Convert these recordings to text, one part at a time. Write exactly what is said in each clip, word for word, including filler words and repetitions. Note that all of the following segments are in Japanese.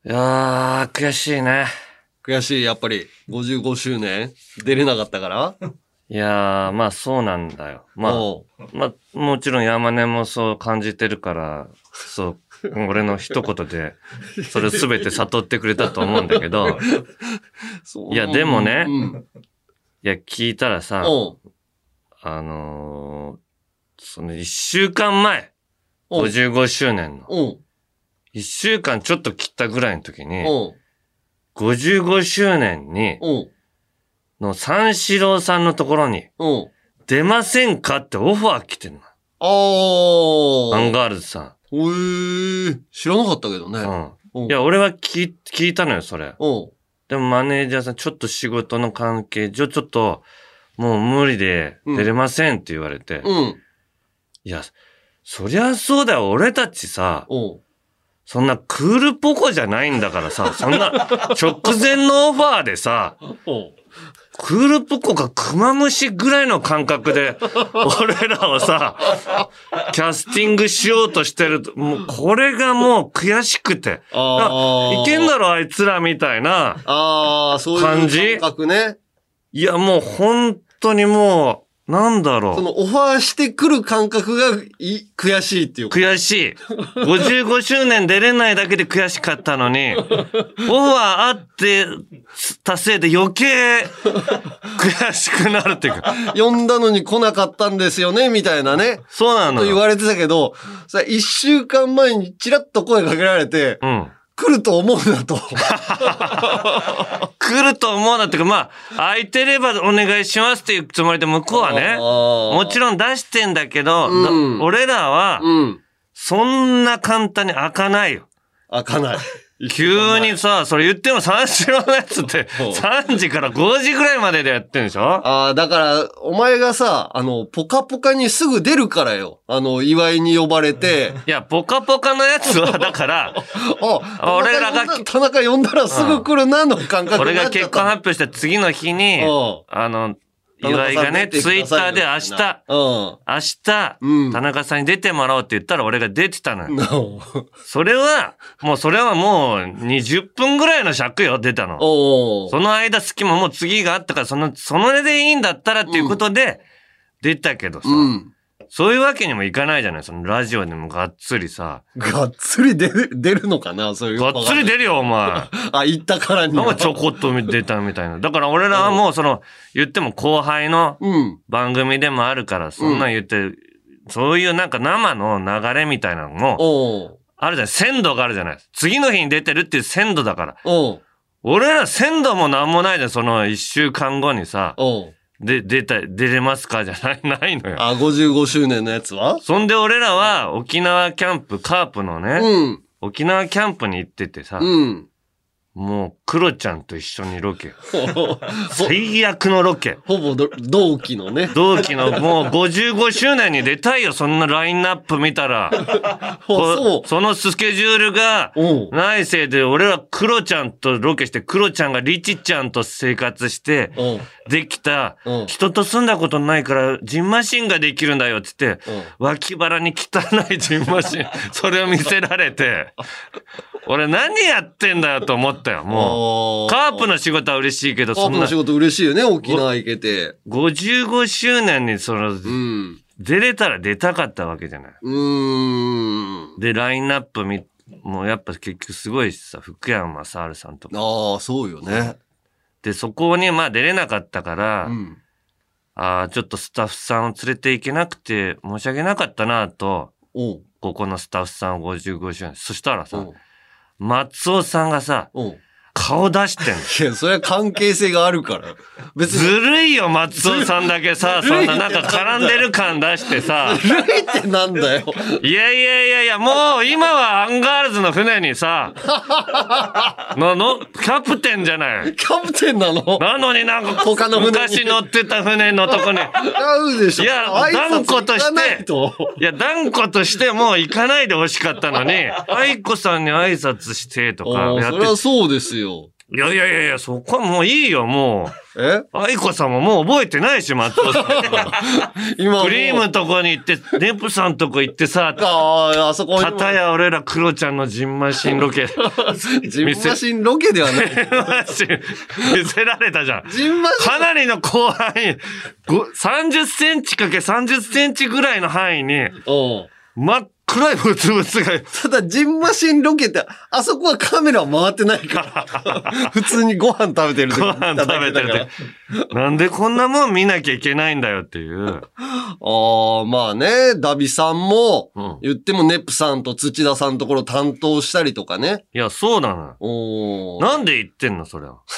いやー、悔しいね。 悔しい、やっぱり。ごじゅうごしゅうねん出れなかったからいやー、まあそうなんだよ。まあ、まあ、もちろん山根もそう感じてるから、そう、俺の一言で、それ全て悟ってくれたと思うんだけど、いや、でもね、うん、いや、聞いたらさ、あのー、その一週間前、ごじゅうごしゅうねんの、一週間ちょっと切ったぐらいの時に、ごじゅうごしゅうねんに、の三四郎さんのところに、出ませんかってオファー来てんの。 あー。 アンガールズさん。 へー。知らなかったけどね。 うん。いや、俺は聞、聞いたのよ、それ。でもマネージャーさん、ちょっと仕事の関係上、ちょっと、もう無理で出れませんって言われて。うん。いや、そりゃそうだよ、俺たちさ、そんなクールポコじゃないんだからさ、そんな直前のオファーでさ、クールポコがクマムシぐらいの感覚で、俺らをさ、キャスティングしようとしてる。もう、これがもう悔しくて。あいけんだろ、あいつらみたいな感じ。ああ、そういう感覚ね。いや、もう本当にもう、なんだろう。 そのオファーしてくる感覚がい悔しいっていう。 悔しい。ごじゅうごしゅうねん出れないだけで悔しかったのに、オファーあって達成で余計悔しくなるっていうか。 呼んだのに来なかったんですよね、みたいなね。 そうなの。 と言われてたけど、さ、一週間前にチラッと声かけられて、うん。来ると思うなと。 来ると思うなっていうか、まあ、空いてればお願いしますっていうつもりで向こうはね、もちろん出してんだけど、うん、俺らは、うん、そんな簡単に開かないよ。 開かない。 急にさ、それ言っても三四郎のやつってさんじからごじぐらいまででやってるんでしょ？ ああ、だから、お前がさ、あの、ポカポカにすぐ出るからよ。あの、祝いに呼ばれて。 いや、ポカポカのやつは、だから、 あ俺らが、田中呼んだらすぐ来るなの感覚俺が結婚発表した次の日に、あの、岩井がね、ツイッターで明日、明日、うん、田中さんに出てもらおうって言ったら俺が出てたのよ。No. それは、もうそれはもうにじゅっぷんぐらいの尺よ、出たの。その間隙ももう次があったから、その、それでいいんだったらっていうことで、出たけどさ、うん、そういうわけにもいかないじゃない、そのラジオでもがっつりさ。 がっつり出る、出るのかなそういう。 がっつり出るよ、お前。 あ、言ったからに。 なんかちょこっと出たみたいな。だから俺らはもうその、言っても後輩の番組でもあるから、そんなん言って、うん、そういうなんか生の流れみたいなのも、あるじゃない、鮮度があるじゃない。次の日に出てるっていう鮮度だから。俺ら鮮度もなんもないじゃん、その一週間後にさ。で、出た、出れますかじゃない、ないのよ。 あ、ごじゅうごしゅうねんのやつは？ そんで俺らは沖縄キャンプ、カープのね、うん、沖縄キャンプに行っててさ、うん、もう、クロちゃんと一緒にロケ。最悪のロケ。 ほぼ同期のね。 同期の、もうごじゅうごしゅうねんに出たいよ、そんなラインナップ見たら。そ, そのスケジュールが、ないせいで、俺はクロちゃんとロケして、クロちゃんがリチちゃんと生活して、できた、人と住んだことないから、ジンマシンができるんだよ、つって、脇腹に汚いジンマシン、それを見せられて、俺何やってんだよと思ったよ、もう。カープの仕事は嬉しいけど、 そんな。カープの仕事嬉しいよね、沖縄行けて。 ごじゅうごしゅうねんにその、うん、出れたら出たかったわけじゃない。うーん。で、ラインナップ見、もうやっぱ結局すごいしさ、福山雅治さんとか。 ああ、そうよね。 で、そこにまあ出れなかったから、うん、ああ、ちょっとスタッフさんを連れて行けなくて申し訳なかったなと、ここのスタッフさんをごじゅうごしゅうねん。そしたらさ、松尾さんがさ、顔出してんの。 いや、それは関係性があるから。 別に。ずるいよ、松尾さんだけさ、そんななんか絡んでる感出してさ。 ずるいってなんだよ。 いやいやいやいや、もう今はアンガールズの船にさ、の、の、キャプテンじゃない。 キャプテンなの？ なのになんか、他の昔乗ってた船のとこに。 違うでしょ。 いや、断固として、いや、断固としてもう行かないでほしかったのに、愛子さんに挨拶してとかやって。 それはそうですよ。 いやいやいやいや、そこはもういいよ、もう。 え愛子さんももう覚えてないし、松尾さん。今クリームのとこに行って、ネプさんとこ行ってさ、 ああ、あそこに。 片や俺らクロちゃんのジンマシンロケ。 ジンマシンロケではない。 ジンマシン見せられたじゃん。 ジンマシンかなりの広範囲、さんじゅっセンチかけさんじゅっセンチぐらいの範囲に、真っ暗いブツブツが。 ただ、ジンマシンロケって、あそこはカメラ回ってないから。普通にご飯食べてる時ご飯食べてる時。なんでこんなもん見なきゃいけないんだよっていう。 ああ、まあね、ダビさんも、言ってもネップさんと土田さんのところ担当したりとかね。 いや、そうなの。 おなんで言ってんの、それは。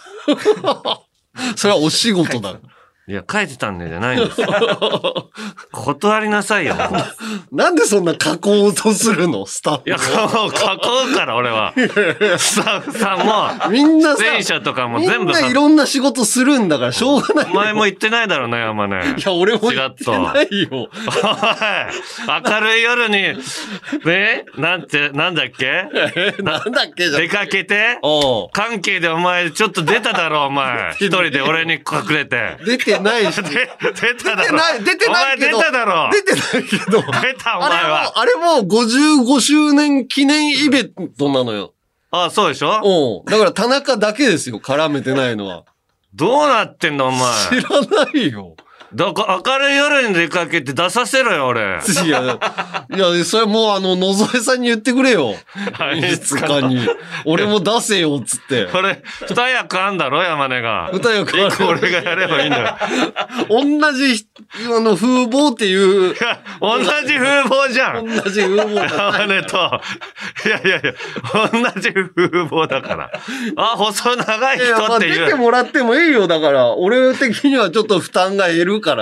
それはお仕事だ。 いや、書いてたんでじゃないんですよ。断りなさいよ。 なんでそんな囲おうとするのスタッフ。 いや、もう囲うから、俺は。スタッフさんも、 みんなさ、 出演者とかも全部。 みんないろんな仕事するんだから、しょうがない。 お前も言ってないだろうね、山根。 いや、俺も言ってないよ。おい、 明るい夜に、ね、なんて、なんだっけなんだっけじゃん。 出かけて関係でお前、ちょっと出ただろ、お前。一人で俺に隠れて。 出てないし。 出ただろ。 出てない、出てないけど。 お前出ただろ。 出てないけど。 出た、お前は。 あれも、あれもごじゅうごしゅうねん記念イベントなのよ。 ああ、そうでしょ？ うん。だから田中だけですよ、絡めてないのは。 どうなってんの、お前。 知らないよ。 だから明るい夜に出かけて出させろよ、俺。 いや、いや、それもうあの、野添さんに言ってくれよ。演出家に。俺も出せよ、つって。 これ、二役あんだろ、山根が。 二役ある。 一個俺がやればいいんだよ。 同じ、あの、風貌っていう。 いや、同じ風貌じゃん。 同じ風貌。 山根と。いやいやいや、同じ風貌だから。あ、細長い人っていう。いや、まあ、 出てもらってもいいよ、だから。俺的にはちょっと負担が減るから。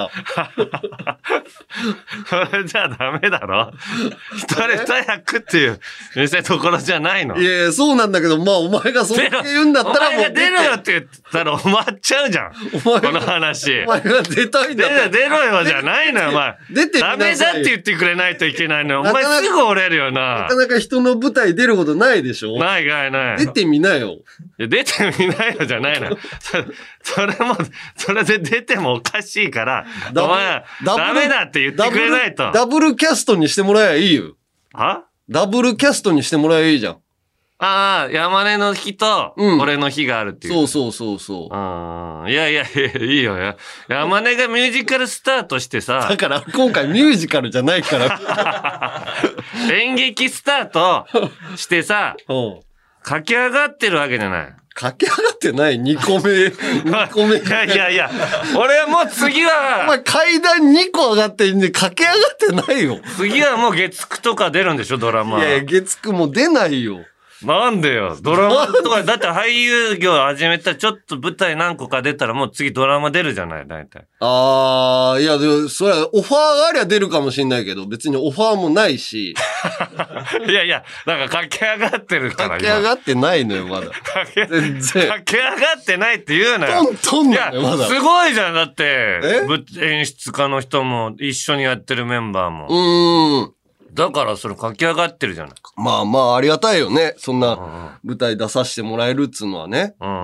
それじゃダメだろ。一人二役っていう見せ所じゃないの。 いやいや、そうなんだけど、まあお前がそれ言うんだったらもう。 お前が出ろよって言ったら終わっちゃうじゃん。お前この話。 お前が出たいんだったら。 出ろよじゃないのよ、お前。 出てみなさい。 ダメだって言ってくれないといけないのよ。お前すぐ折れるよな。 なかなか人の舞台出ることないでしょ？ ないないない。 出てみなよ。 いや、出てみなよじゃないのよ。それも、それで出てもおかしいから、お前、ダメだって言ってくれないと。 ダブルキャストにしてもらえばいいよ。 は？ ダブルキャストにしてもらえばいいじゃん。 ああ、山根の日と、俺の日があるっていう。 そうそうそうそう。 ああ、いやいやいや、いいよや。山根がミュージカルスタートしてさ。 だから今回ミュージカルじゃないから。 演劇スタートしてさ、駆け上がってるわけじゃない。 駆け上がってないにこめ。にこめ。 いやいやいや、俺はもう次は。 お前階段にこ上がってんで駆け上がってないよ。 次はもう月9とか出るんでしょ、ドラマ。 いやいや、月9も出ないよ。 なんでよ。ドラマとか、だって俳優業始めたらちょっと舞台何個か出たらもう次ドラマ出るじゃない、大体。 あー、いや、でも、それはオファーがありゃ出るかもしんないけど、別にオファーもないし。 いやいや、なんか駆け上がってるから。 駆け上がってないのよ、まだ。 全然。駆け上がってないって言うなよ。 トントンなのよ、まだ。 すごいじゃん、だって。演出家の人も一緒にやってるメンバーも。うーん。だからそれ駆け上がってるじゃない。 まあまあありがたいよね。そんな舞台出させてもらえるっつうのはね。うん。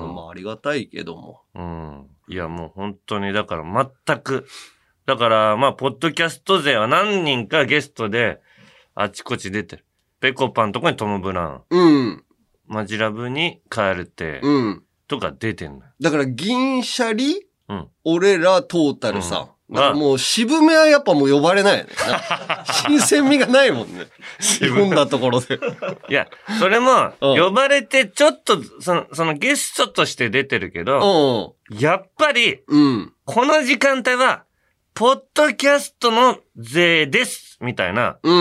うんまあありがたいけども。 うん。いやもう本当にだから全く。だからまあポッドキャスト勢は何人かゲストであちこち出てる。ペコパンとこにトム・ブラウン。うん。マジラブにカエルテ。うん。とか出てんのよ。 だから銀シャリ、うん、俺らトータルさ。うんもう渋めはやっぱもう呼ばれないよね。新鮮味がないもんね。日本だところで。 いや、それも呼ばれてちょっとその、そのゲストとして出てるけど、やっぱり、うん、この時間帯は、ポッドキャストの勢です、みたいな、うん、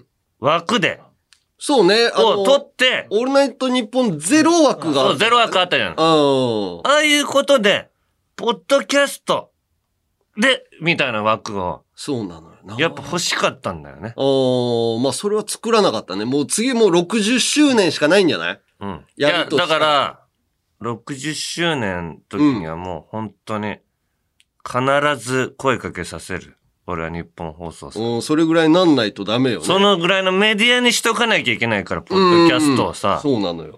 枠で。 そうね。 を取って、 オールナイトニッポンゼロ枠があった、ね。そう、ゼロ枠あったじゃん。ああいうことで、ポッドキャスト、で、みたいな枠を。 そうなのよな。 やっぱ欲しかったんだよね。 ああ、まあそれは作らなかったね。もう次もうろくじゅっしゅうねんしかないんじゃない？うん。 いや、だから、ろくじゅっしゅうねんの時にはもう本当に、必ず声かけさせる。俺は日本放送さ。 うん、それぐらいなんないとダメよね。 そのぐらいのメディアにしとかなきゃいけないから、ポッドキャストをさ。 そうなのよ。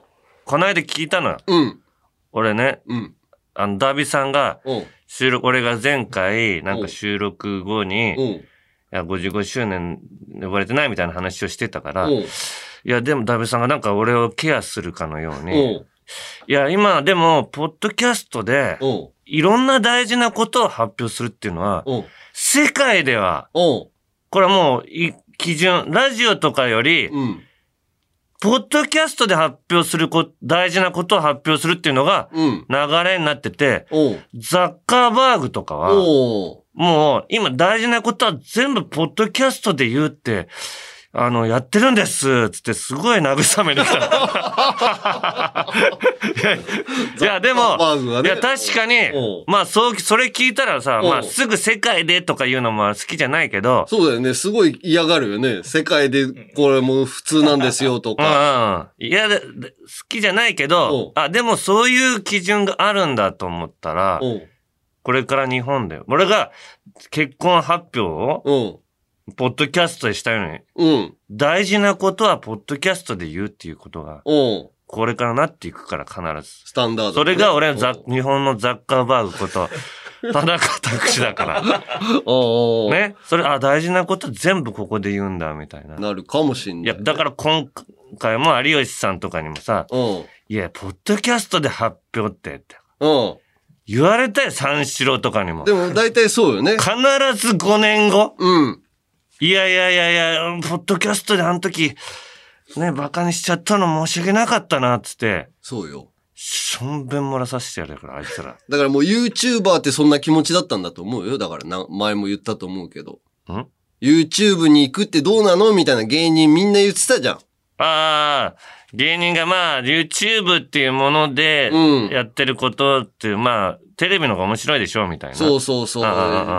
この間聞いたのよ。 うん。 俺ね、 うん。 あの、ダービーさんが、収録、俺が前回、なんか収録後に、いや、ごじゅうごしゅうねん呼ばれてないみたいな話をしてたから、いや、でもダービーさんがなんか俺をケアするかのように、いや、今、でも、ポッドキャストで、いろんな大事なことを発表するっていうのは、世界では、これはもう、基準、ラジオとかより、ポッドキャストで発表するこ、大事なことを発表するっていうのが、流れになってて、ザッカーバーグとかは、もう、今大事なことは全部ポッドキャストで言うって、あの、やってるんです、つってすごい慰めに来た。いや、でも、いや、確かに、まあ、そう、それ聞いたらさ、まあ、すぐ世界でとか言うのも好きじゃないけど。 そうだよね。すごい嫌がるよね。世界でこれもう普通なんですよとか。 うん。いや、好きじゃないけど、あ、でもそういう基準があるんだと思ったら、これから日本で、俺が結婚発表を、ポッドキャストでしたように、うん、大事なことはポッドキャストで言うっていうことが、これからなっていくから必ず。 スタンダード、ね。 それが俺のザ日本のザッカーバーグこと、田中拓司だから。おね。それ、あ、大事なこと全部ここで言うんだ、みたいな。 なるかもしんない。 いや、だから今回も有吉さんとかにもさ、いや、ポッドキャストで発表ってって。言われたよ、三四郎とかにも。 でも大体そうよね。 必ずごねんご。 うん。 いやいやいやいや、ポッドキャストであの時、ね、バカにしちゃったの申し訳なかったな、つって。 そうよ。 しょんべん漏らさせてやるから、あいつら。 だからもう YouTuber ってそんな気持ちだったんだと思うよ。だからな、前も言ったと思うけど。ん ?YouTube に行くってどうなのみたいな芸人みんな言ってたじゃん。 ああ、芸人がまあ、YouTube っていうもので、やってることっていう、うん、まあ、テレビの方が面白いでしょみたいな。 そうそうそう。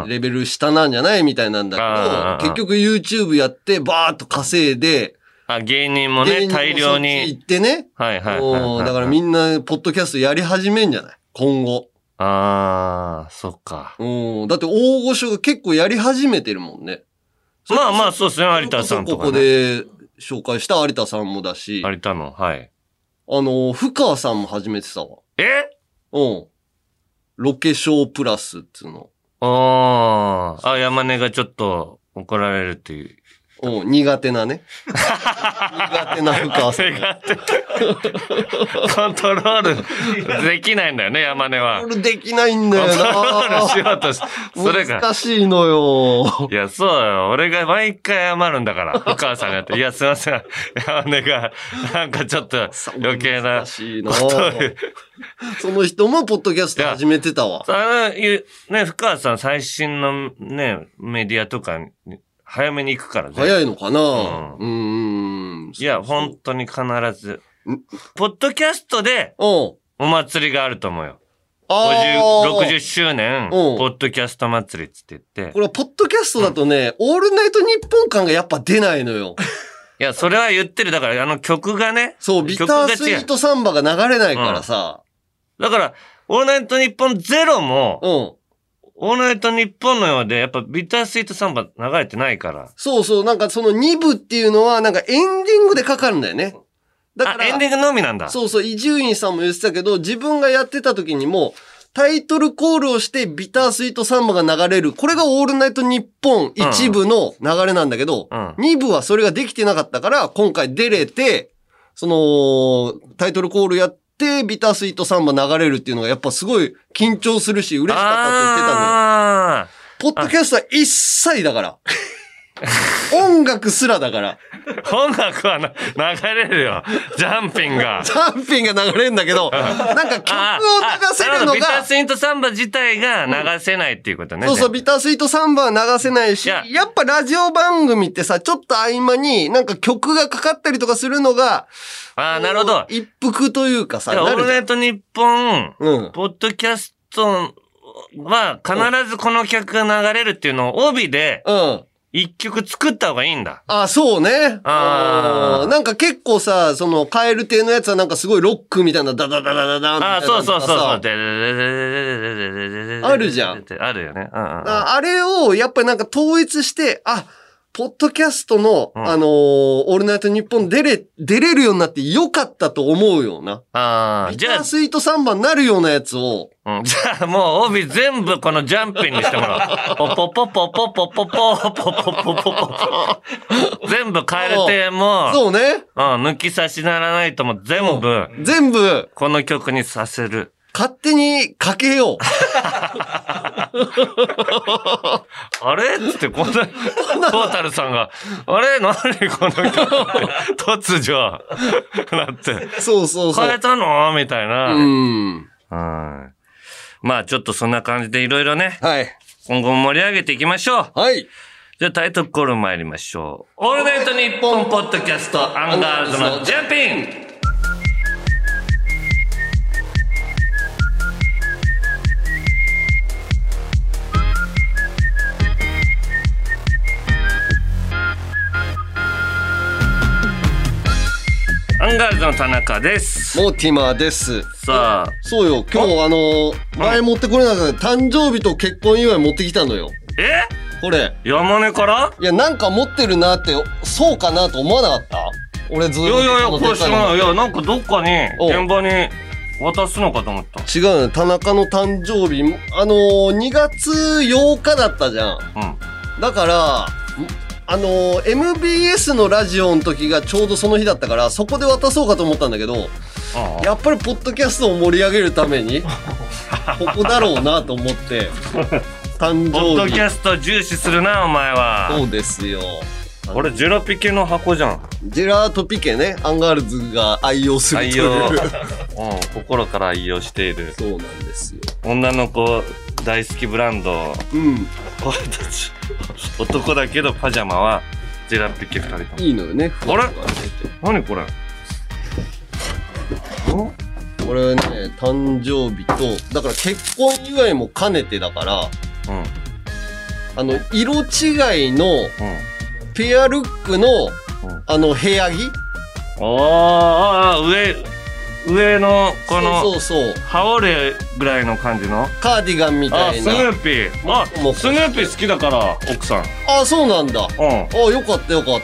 レベル下なんじゃないみたいなんだけど、結局 YouTube やってバーッと稼いで、 あ、芸人もね、大量に。 行ってね。 はいはいはい。 だからみんな、ポッドキャストやり始めんじゃない今後。 ああ、そっか。 うん。だって大御所が結構やり始めてるもんね。 まあまあそうですね、有田さんとか、ね。 ここで紹介した有田さんもだし。 有田の、はい。 あの、深川さんも始めてたわ。 えうん。ロケショープラスっていうの。 ああ。あ、山根がちょっと怒られるっていう。 うん、苦手なね。苦手な深川さん。苦手。 コントロールできないんだよね、山根は。 コントロールできないんだよな。 コントロールしようとしそれが。 難しいのよ。 いや、そうよ。俺が毎回謝るんだから、深川さんがやって。いや、すいません。山根が、なんかちょっと余計な。難しいな。 その人もポッドキャスト始めてたわ。 あの、ね、深川さん最新のね、メディアとかに、早めに行くからね。 早いのかな、うん、うーん。 いや、本当に必ず。ポッドキャストで、お祭りがあると思うよ。ごじゅう、ろくじゅっしゅうねん、ポッドキャスト祭りっつって言って。 これ、ポッドキャストだとね、うん、オールナイトニッポン感がやっぱ出ないのよ。 いや、それは言ってる。だから、あの曲がね。 そう、ビタースイートサンバが流れないからさ。 うん、だから、オールナイトニッポンゼロも、うん。オールナイトニッポンのようで、やっぱビタースイートサンバ流れてないから。 そうそう、なんかそのに部っていうのは、なんかエンディングでかかるんだよね。 だから。あ、エンディングのみなんだ。 そうそう、伊集院さんも言ってたけど、自分がやってた時にも、タイトルコールをしてビタースイートサンバが流れる。これがオールナイトニッポン一部の流れなんだけど、うん、に部はそれができてなかったから、今回出れて、その、タイトルコールやって、で、ビタースイートサンバ流れるっていうのがやっぱすごい緊張するし嬉しかったって言ってたのよ。ポッドキャストは一切だから。音楽すらだから。 音楽はな流れるよ。ジャンピンが。 ジャンピンが流れるんだけど、なんか曲を流せるのが。 ビタースイートサンバ自体が流せないっていうことね。 うん、そうそう、ビタースイートサンバは流せないし、や, やっぱラジオ番組ってさ、ちょっと合間になんか曲がかかったりとかするのが、 ああ、なるほど。 一服というかさ。 オールナイトニッポン、うん、ポッドキャストは必ずこの曲が流れるっていうのを帯で、うん。一曲作った方がいいんだ。 あ、そうね。ああ。なんか結構さ、その、カエル亭のやつはなんかすごいロックみたいなダダダダダダンみたいな。 あ、そうそうそうそう。あるじゃん。 あるよね。うんうん、 あれをやっぱりなんか統一して、あ、 ポッドキャストの、うん、あのー、オールナイトニッポン出れ、出れるようになってよかったと思うよな。 ああ、 ビタースイートサンバになるようなやつを。 うん、じゃあもう帯全部このジャンピンにしてもらおう。ポポポポポポポポポポポポポ。全部変える点も。 そうね。 うん、抜き差しならないとも全部。 全部。 この曲にさせる。 勝手にかけよう。 あれつってこんな、トータルさんが、あれ何この曲って突如、なって。 そうそうそう。 変えたのみたいな。 うん。 はい。まあちょっとそんな感じでいろいろね。 はい。 今後も盛り上げていきましょう。 はい。 じゃあタイトルコール参りましょう。オールナイトニッポンポッドキャストアンガールズのジャンピン。アンガールズの田中です。 モーティマーです。 さあ。 そうよ。今日あの、前持ってこれなかった誕生日と結婚祝い持ってきたのよ。 え？ これ。 山根から？ いや、なんか持ってるなって、そうかなと思わなかった？俺ずっと。 いやいやいや、これ知らない。いや、なんかどっかに、現場に渡すのかと思った。 違うね。田中の誕生日、あのー、にがつようかだったじゃん。うん。だから、あのー、エムビーエス のラジオの時がちょうどその日だったから、そこで渡そうかと思ったんだけど、ああやっぱりポッドキャストを盛り上げるために、ここだろうなと思って、誕生日。 ポッドキャスト重視するな、お前は。 そうですよ。 俺、ジェラピケの箱じゃん。 ジェラートピケね、アンガールズが愛用するという。愛用。うん、 心から愛用している。 そうなんですよ。 女の子大好きブランド。 うん。 俺たち。男だけどパジャマはジェラピケふたりともいいのよね。 あれ何これ？ これね、誕生日とだから結婚祝いも兼ねてだから、うん、あの色違いのペアルックの、うん、あの部屋着、 ああ上上のこのそうそうそう羽織るぐらいの感じのカーディガンみたいな。 あ、スヌーピー。あ、スヌーピー好きだから奥さん。 あ、そうなんだ。 うん。 あ、よかったよかった。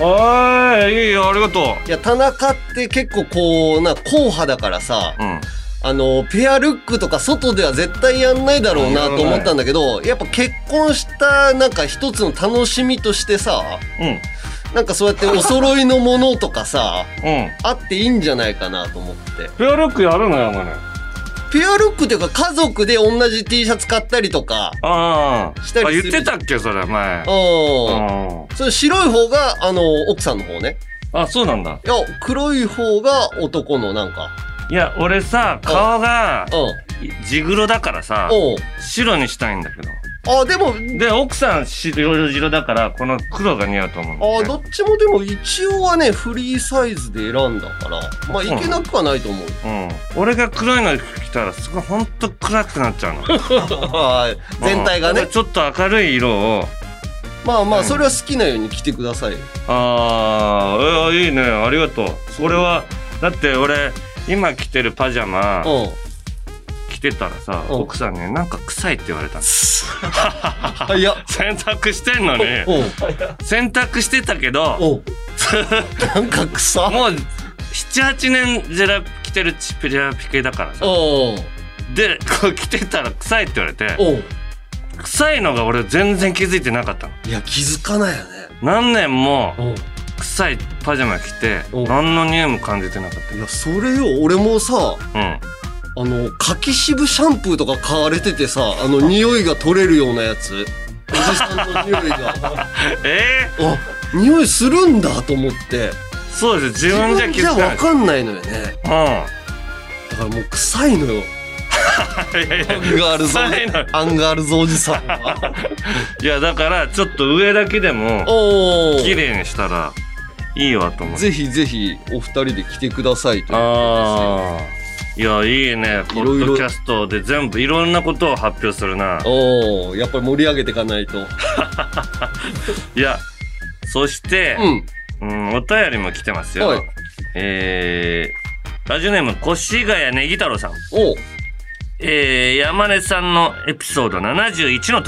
あーいいよ、ありがとう。いや、田中って結構こうな硬派だからさ、 うん、 あのペアルックとか外では絶対やんないだろうなと思ったんだけど、やっぱ結婚したなんか一つの楽しみとしてさ、 うん。 なんかそうやってお揃いのものとかさ、 うん、 あっていいんじゃないかなと思って。 ペアルックやるのよ、まね。 ペアルックっていうか家族で同じ T シャツ買ったりとかしたりする。 あ、言ってたっけそれ前。 うん。それ白い方があの奥さんの方ね。 あ、そうなんだ。 いや、黒い方が男のなんか。 いや、俺さ、顔が地黒だからさ、白にしたいんだけど。 あ、でもで奥さん白白だからこの黒が似合うと思うんだ、ね、 あ、どっちもでも一応はねフリーサイズで選んだからまあいけなくはないと思う。 うん、俺が黒いの着たらすごいほんと暗くなっちゃうの全体がね、 うん、ちょっと明るい色をまあまあそれは好きなように着てください。 ああ、いいね、ありがとう。それはだって俺今着てるパジャマ、うん、着てたらさ、奥さんね、なんか臭いって言われたんです。いや、洗濯してんのに、洗濯してたけど、 なんか臭もう、なな、はちねんジェラ着てるチペリアピケだからさ。で、こう着てたら臭いって言われて、臭いのが俺全然気づいてなかったの。 いや、気づかないよね。 何年も、臭いパジャマ着て、何の匂いも感じてなかった。 いや、それよ、俺もさ、 うん。 あの柿渋シャンプーとか買われててさ、あの匂いが取れるようなやつ、おじさんの匂いがえー、 あ、匂いするんだと思って。 そうです、自分じゃ気づかない。 自分じゃ分かんないのよね。 うん、だからもう臭いのよ。アンガールズアンガールズおじさんはいや、だからちょっと上だけでも綺麗にしたらいいわと思う。 ぜひぜひお二人で来てくださいということです。 あー、いや、いいね。ポッドキャストで全部いろんなことを発表するな。 おお、やっぱり盛り上げていかないと。 いや、そして、うん、うん、お便りも来てますよ。はい、えー、ラジオネーム越谷ネギ太郎さん。 お、 えー、山根さんのエピソードななじゅういちのトーク。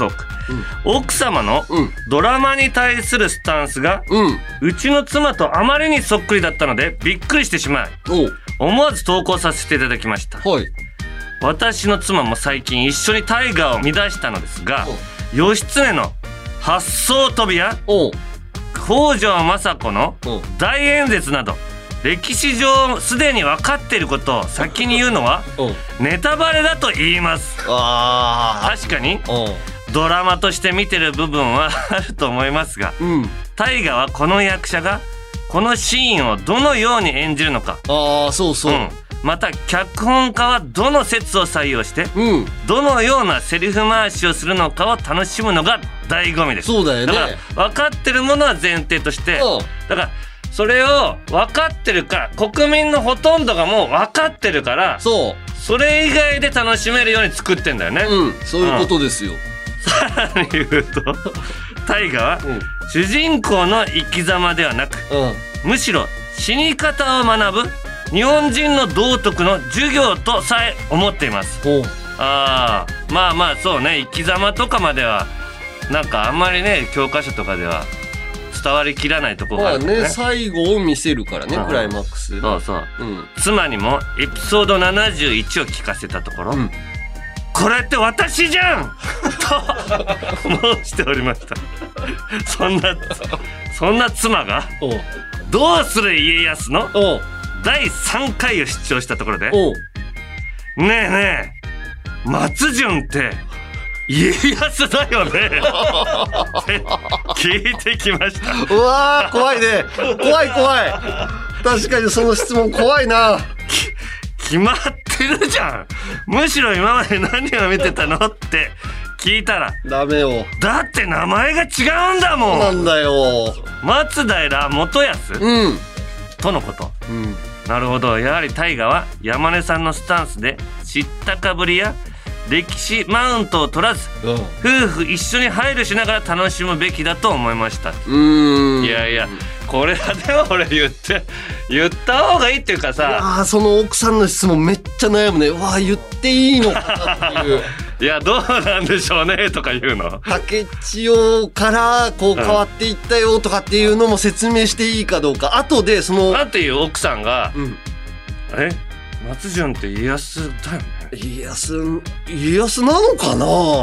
うん、奥様のドラマに対するスタンスが、うん、うちの妻とあまりにそっくりだったのでびっくりしてしまい、思わず投稿させていただきました。はい、私の妻も最近一緒に大河を見出したのですが、義経の八艘飛びや北条政子の大演説など歴史上すでに分かっていることを先に言うのはネタバレだと言います。あ、確かにドラマとして見てる部分はあると思いますが、うん、大河はこの役者がこのシーンをどのように演じるのか、あ、そうそう、うん、また脚本家はどの説を採用して、うん、どのようなセリフ回しをするのかを楽しむのが醍醐味です。そうだよね。だから分かってるものは前提として、うん、だからそれを分かってるから国民のほとんどがもう分かってるから、そうそれ以外で楽しめるように作ってんだよね。うん、そういうことですよ。うん、さらに言うと大河は、うん、主人公の生き様ではなく、うん、むしろ死に方を学ぶ日本人の道徳の授業とさえ思っています。ああ、まあまあそうね、生き様とかまではなんかあんまりね教科書とかでは伝わりきらないところがあるね。まあね、最後を見せるからね、クライマックス。そうそう、うん、妻にもエピソードななじゅういちを聞かせたところ、うん、これって私じゃんと申しておりました。そんなそんな妻がどうする家康のだいさんかいを視聴したところで、ねえねえ松潤って家康だよねって聞いてきました。うわー、怖いね、怖い怖い。確かにその質問怖いな。決まってるじゃん。むしろ今まで何を見てたのって聞いたらダメよ。だって名前が違うんだもん。そうなんだよ。松平元康、うん、とのこと、うん、なるほど。やはり大河は山根さんのスタンスで知ったかぶりや歴史マウントを取らず、うん、夫婦一緒に配慮しながら楽しむべきだと思いました。うーん、いやいや、これはでも俺言って言った方がいいっていうかさ、あ、その奥さんの質問めっちゃ悩むね。うわ、言っていいのかなっていういや、どうなんでしょうねとか言うの。竹千代からこう変わっていったよとかっていうのも説明していいかどうか。後でそのなんていう奥さんが、うん、え松潤って家康だよね。家康家康なのか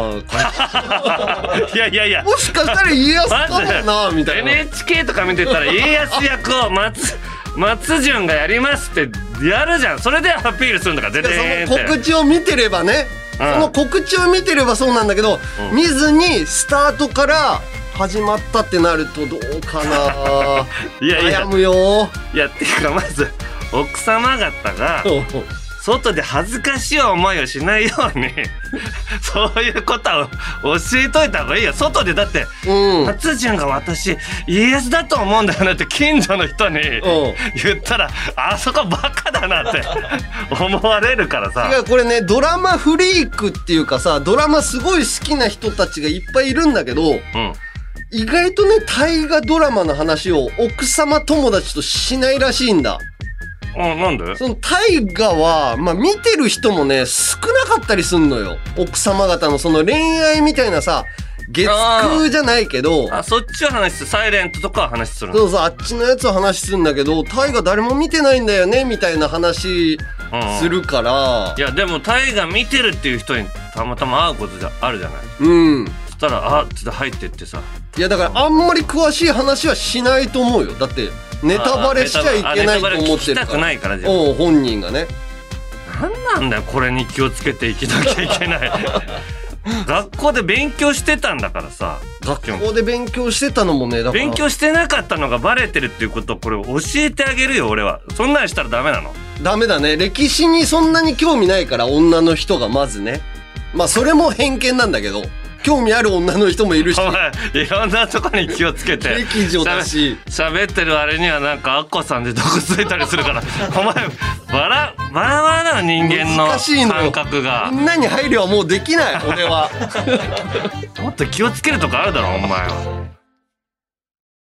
ないやいやいや、もしかしたら家康かもなみたいな。 エヌエイチケー とか見てたら家康役を松松潤がやりますってやるじゃん。それでアピールするんだから。全然その告知を見てればね、うん、その告知を見てればそうなんだけど、うん、見ずにスタートから始まったってなるとどうかないやいや悩むよ。いやっていうか、まず奥様方が外で恥ずかしい思いをしないようにそういうことを教えといた方がいいよ。外でだって松潤、うん、が私家康だと思うんだよねって近所の人に言ったら、あそこバカだなって思われるからさ。いや、これね、ドラマフリークっていうかさ、ドラマすごい好きな人たちがいっぱいいるんだけど、うん、意外とね大河ドラマの話を奥様友達としないらしいんだ。あ、なんで？その大河は、まあ、見てる人もね少なかったりすんのよ。奥様方のその恋愛みたいなさ、月9じゃないけど、ああ、そっちを話す、サイレントとかは話するの。そうそう、あっちのやつを話するんだけど、大河誰も見てないんだよねみたいな話するから、うん、いやでも大河見てるっていう人にたまたま会うことじゃあるじゃない。うん、そしたらあっつって入ってってさ、いやだからあんまり詳しい話はしないと思うよ。だってネタバレしちゃいけないと思ってるから。聞きたくないからじゃん。おう、本人がね。なんなんだよこれに気をつけていきなきゃいけない学校で勉強してたんだからさ。学校で勉強してたのもね、だから勉強してなかったのがバレてるっていうことをこれ教えてあげるよ俺は。そんなんしたらダメなの？ダメだね。歴史にそんなに興味ないから女の人がまずね。まあそれも偏見なんだけど、興味ある女の人もいるし、お前いろんなとこに気をつけて劇場だし喋ってるあれにはなんかアッコさんで毒づいたりするからお前バラバラバラな人間の感覚が。みんなに配慮はもうできない俺はもっと気をつけるとこあるだろお前は。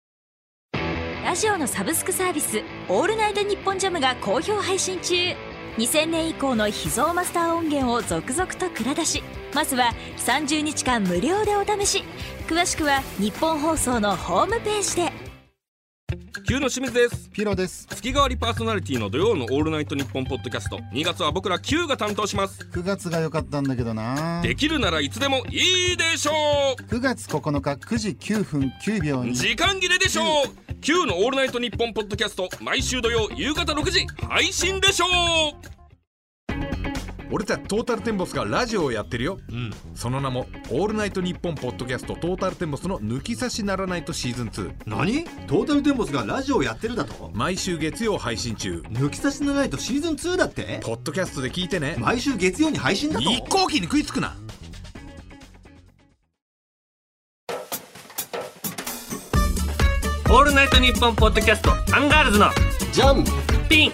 ラジオのサブスクサービスオールナイトニッポンジャムが好評配信中。 にせんねん以降の秘蔵マスター音源を続々と蔵出し。まずはさんじゅうにちかん無料でお試し。詳しくは日本放送のホームページで。 Q の清水です。 ピロです。 月替わりパーソナリティの土曜のオールナイトニッポンポッドキャスト、にがつは僕ら Q が担当します。 くがつが良かったんだけどな。 できるならいつでもいいでしょう。 くがつここのかくじきゅうふんきゅうびょうに時間切れでしょう。 Q のオールナイトニッポンポッドキャスト、毎週土曜夕方ろくじ配信でしょう。 俺たちトータルテンボスがラジオをやってるよ、うん、その名もオールナイトニッポンポッドキャストトータルテンボスの抜き差しならないとシーズンツー。 何？トータルテンボスがラジオをやってるだと？ 毎週月曜配信中。 抜き差しならないとシーズンツーだって？ ポッドキャストで聞いてね。 毎週月曜に配信だと？ 一向機に食いつくな。 オールナイトニッポンポッドキャスト、アンガールズのジャンピン。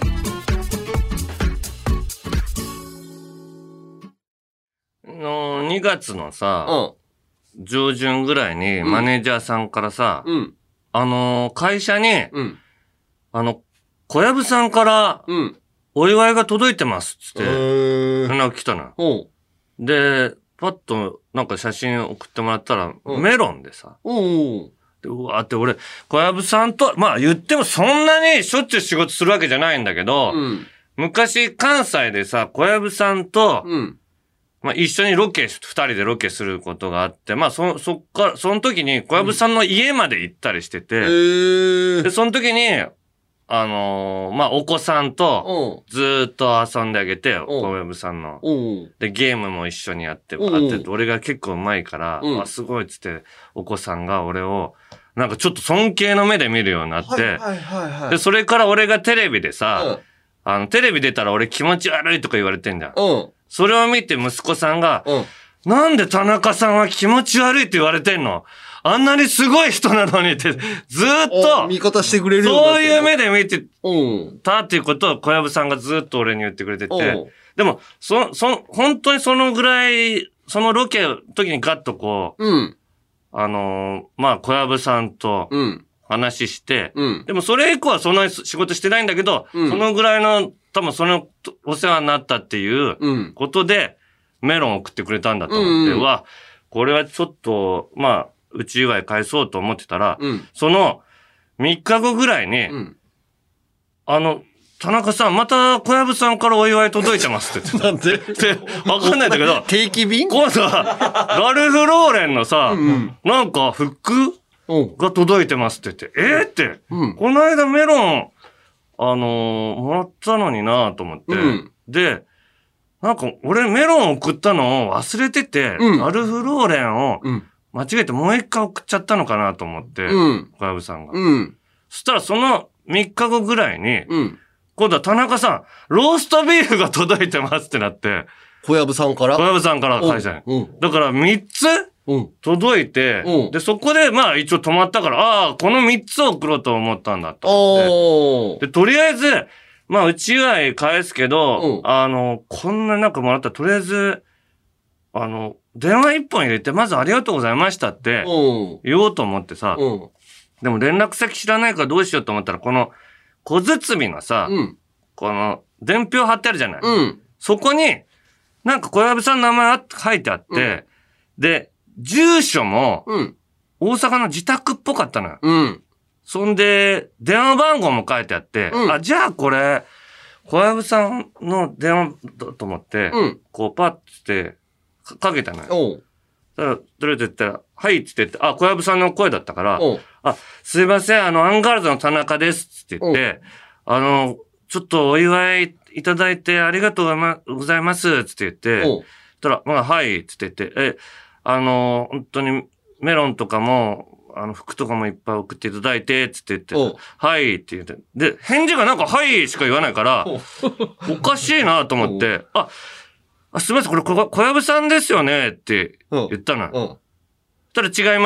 のにがつのさ、うん、上旬ぐらいにマネージャーさんからさ、うん、あのー、会社に、うん、あの、小籔さんからお祝いが届いてますっつって連絡来たのよ。で、パッとなんか写真送ってもらったら、メロンでさ、でうわーって俺、小籔さんと、まあ言ってもそんなにしょっちゅう仕事するわけじゃないんだけど、うん、昔関西でさ、小籔さんと、うんまあ一緒にロケ、二人でロケすることがあって、まあそ、そっから、その時に小籔さんの家まで行ったりしてて、うん、で、その時に、あのー、まあお子さんとずーっと遊んであげて、小籔さんの。で、ゲームも一緒にやって、あって、俺が結構上手いから、あ、すごいっつって、お子さんが俺を、なんかちょっと尊敬の目で見るようになって、で、それから俺がテレビでさ、うん、あの、テレビ出たら俺気持ち悪いとか言われてんだよ。うんそれを見て息子さんが、うん、なんで田中さんは気持ち悪いって言われてんの？あんなにすごい人なのにって、ずーっと、 味方してくれるよそういう目で見てたっていうことを小籔さんがずーっと俺に言ってくれてて、でも、そ、そ、本当にそのぐらい、そのロケの時にガッとこう、うん、あのー、まあ小籔さんと話して、うん、でもそれ以降はそんなに仕事してないんだけど、うん、そのぐらいの、多分そのお世話になったっていうことでメロンを送ってくれたんだと思って、うん、わ、これはちょっと、まあ、うち祝い返そうと思ってたら、うん、そのみっかごぐらいに、うん、あの、田中さん、また小籔さんからお祝い届いてますって言って。なんでわかんないんだけど。 定期便今度さ、ラルフローレンのさ、うん、なんか服が届いてますって言って、えー、って、うん、この間メロン、あのー、もらったのになぁと思って、うん、で、なんか俺メロン送ったのを忘れてて、うん、アルフローレンを間違えてもう一回送っちゃったのかなと思って、うん、小籔さんが、うん。そしたらそのみっかごぐらいに、うん、今度は田中さん、ローストビーフが届いてますってなって、 小籔さんから小籔さんから会社に。だからみっつ届いて、うん、で、そこでまあ一応止まったから、ああ、このみっつを送ろうと思ったんだと思って。で、とりあえず、まあ、うち祝い返すけど、うん、あの、こんななんかもらったら、とりあえず、あの、電話一本入れて、まずありがとうございましたって、言おうと思ってさ、うん、でも連絡先知らないからどうしようと思ったら、この、小包のさ、うん、この、伝票貼ってあるじゃない、うん、そこに、なんか小籔さんの名前書いてあって、で、住所も、大阪の自宅っぽかったのよ。うん。そんで、電話番号も書いてあって、うん、あ、じゃあこれ、小籔さんの電話だと思って、うん、こうパッてかけたのよ。おう。だから、とりあえず言ったら、はいって言って、あ、小籔さんの声だったから、あ、すいません、あの、アンガールズの田中ですって言って、あの、ちょっとお祝いいただいてありがとうございますって言って、そしたら、まあ、はいって言って、え、あの、本当にメロンとかも、あの、服とかもいっぱい送っていただいて、つって言って、はいって言って。で、返事がなんか、はいしか言わないから、おかしいなと思って、あ、あすみません、これ小籔さんですよねって言ったの。そしたら違います、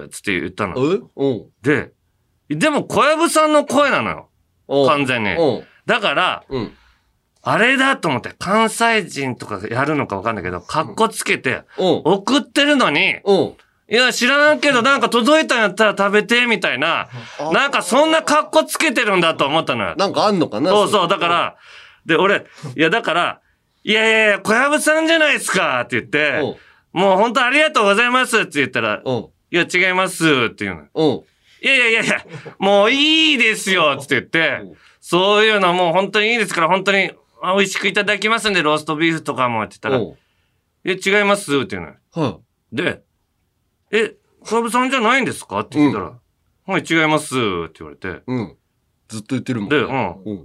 つって言ったの。で、でも小籔さんの声なのよ。完全に。だから、あれだと思って、関西人とかやるのかわかんないけど、カッコつけて、送ってるのに、いや、知らんけど、なんか届いたんやったら食べて、みたいな。なんかそんな格好つけてるんだと思ったのよ。 なんかあんのかなそうそう。だから、 で、俺、いや、だから、いやいやいや、小籔さんじゃないですかって言って、もう本当ありがとうございますって言ったら、いや、違いますって言うの。いやいやいやいや、もういいですよって言って、そういうのはもう本当にいいですから、本当に美味しくいただきますんで、ローストビーフとかもって言ったら、え、違いますって言うの。で、え、小籔さんじゃないんですかって言ったら、はい、違いますって言われて、 ずっと言ってるもん。 で、うん。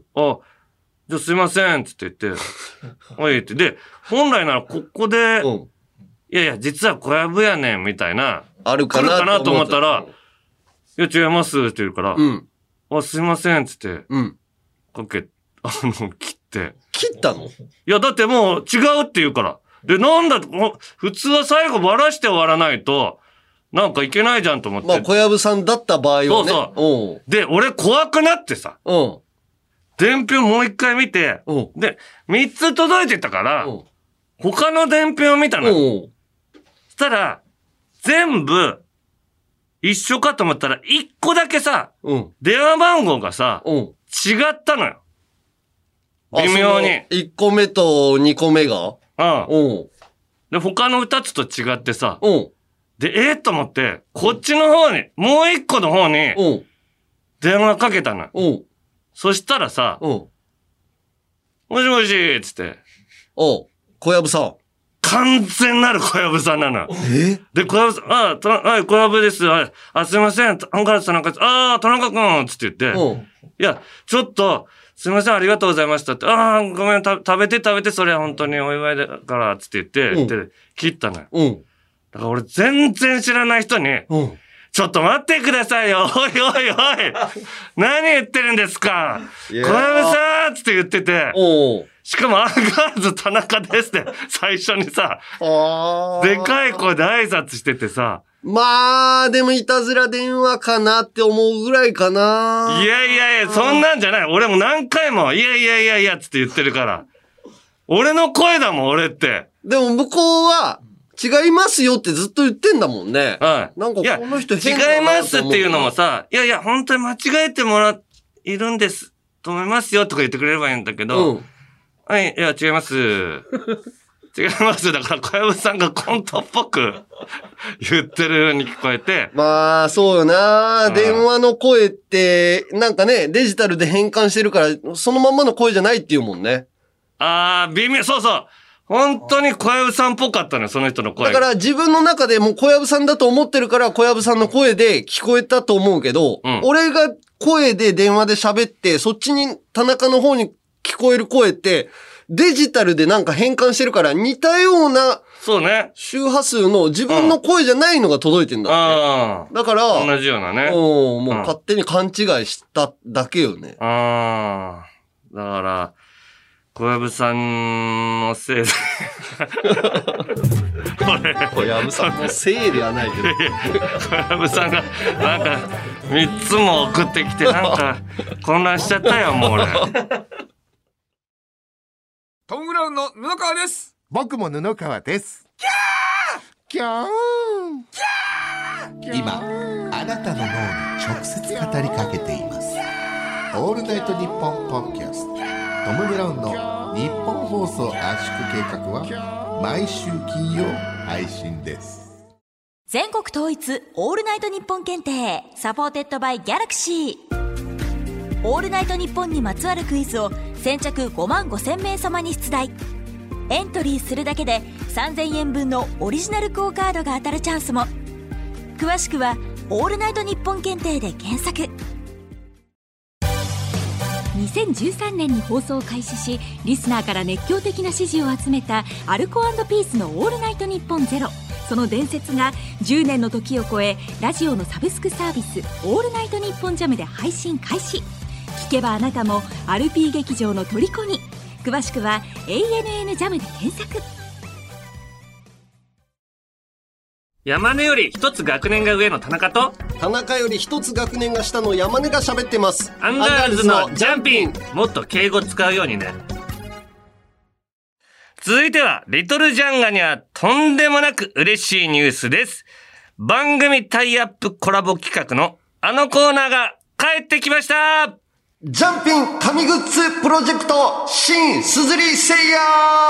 あ、じゃあすいませんって言って、はいって。で、本来ならここで、いやいや、実は小籔やねんみたいな、 あるかなと思ったら、いや、違いますって言うから、あ、すいませんって言って、かけ、あの、切って。 切ったの？ いや、だってもう違うって言うから。で、なんだ、普通は最後バラして終わらないと、なんかいけないじゃんと思って。 まあ、小籔さんだった場合はね。そうそう。で、俺怖くなってさ。うん。伝票もう一回見て、で、三つ届いてたから、他の伝票を見たの。そしたら、全部、一緒かと思ったら、一個だけさ、電話番号がさ、違ったのよ。微妙に。 一個目と二個目がうん。で、他の二つと違ってさ、で、えー、と思って、こっちの方に、もう一個の方に、電話かけたの。そしたらさ、もしもしつって。 おう、小籔さん。 完全なる小籔さんなの。 えで、小籔さん、あ、た、はい、小籔です。はい、あ、すいません。アンカラ田中です。あー、田中くんつって言って。いや、ちょっと、すいません、ありがとうございましたって。あー、ごめん、た、食べて食べて、それは本当にお祝いだから、つって言って、で、切ったのよ。だから俺全然知らない人に、ちょっと待ってくださいよ。おいおいおい。何言ってるんですか。小籔さんつって言ってて。しかもアンガールズ田中ですって、最初にさ、でかい声で挨拶しててさ。 まあ、でもいたずら電話かなって思うぐらいかな。 いやいやいや、そんなんじゃない。俺も何回も、いやいやいやいやつって言ってるから。俺の声だもん、俺って。 でも向こうは、違いますよってずっと言ってんだもんね。 はい。 なんかこの人変だな。違いますっていうのもさ、いやいや、本当に間違えてもらいるんです、と思いますよとか言ってくれればいいんだけど、うん、はい、いや、違います。違います。だから小籔さんがコントっぽく言ってるように聞こえて。 まあ、そうよな。電話の声って、なんかね、デジタルで変換してるから、そのまんまの声じゃないっていうもんね。 あー、微妙、そうそう。本当に小籔さんっぽかったのよ、その人の声。 だから自分の中でもう小籔さんだと思ってるから小籔さんの声で聞こえたと思うけど、うん、俺が声で電話で喋って、そっちに田中の方に聞こえる声って、デジタルでなんか変換してるから似たような、 そうね。 周波数の自分の声じゃないのが届いてんだって。うん、だから、 同じようなね。 もう勝手に勘違いしただけよね。 ああ。だから、小籔さんのせいで小籔さんのせいではないけど小籔さんがなんかみっつも送ってきてなんか混乱しちゃったよもう俺。 トム・ブラウンの布川です。 僕も布川です。キャーキャー今あなたの脳に直接語りかけています。オールナイトニッポンポッドキャストトム・ブラウンの日本放送圧縮計画は毎週金曜配信です。 全国統一オールナイトニッポン検定サポーテッドバイギャラクシー。オールナイトニッポンにまつわるクイズを先着ごまんごせんめい様に出題。エントリーするだけでさんぜんえんぶんのオリジナルクオカードが当たるチャンスも。詳しくはオールナイトニッポン検定で検索。 にせんじゅうさんねんに放送を開始し、リスナーから熱狂的な支持を集めたアルコ&ピースのオールナイトニッポンゼロ。その伝説がじゅうねんの時を超え、ラジオのサブスクサービスオールナイトニッポンジャムで配信開始。聞けばあなたも アールピー 劇場の虜に。詳しくは エーエヌエヌ ジャムで検索。 山根より一つ学年が上の田中と田中より一つ学年が下の山根が喋ってます。 アンガールズのジャンピン。もっと敬語使うようにね。続いてはリトルジャンガにはとんでもなく嬉しいニュースです。番組タイアップコラボ企画のあのコーナーが帰ってきました。 ジャンピン神グッズプロジェクト新すずりせいや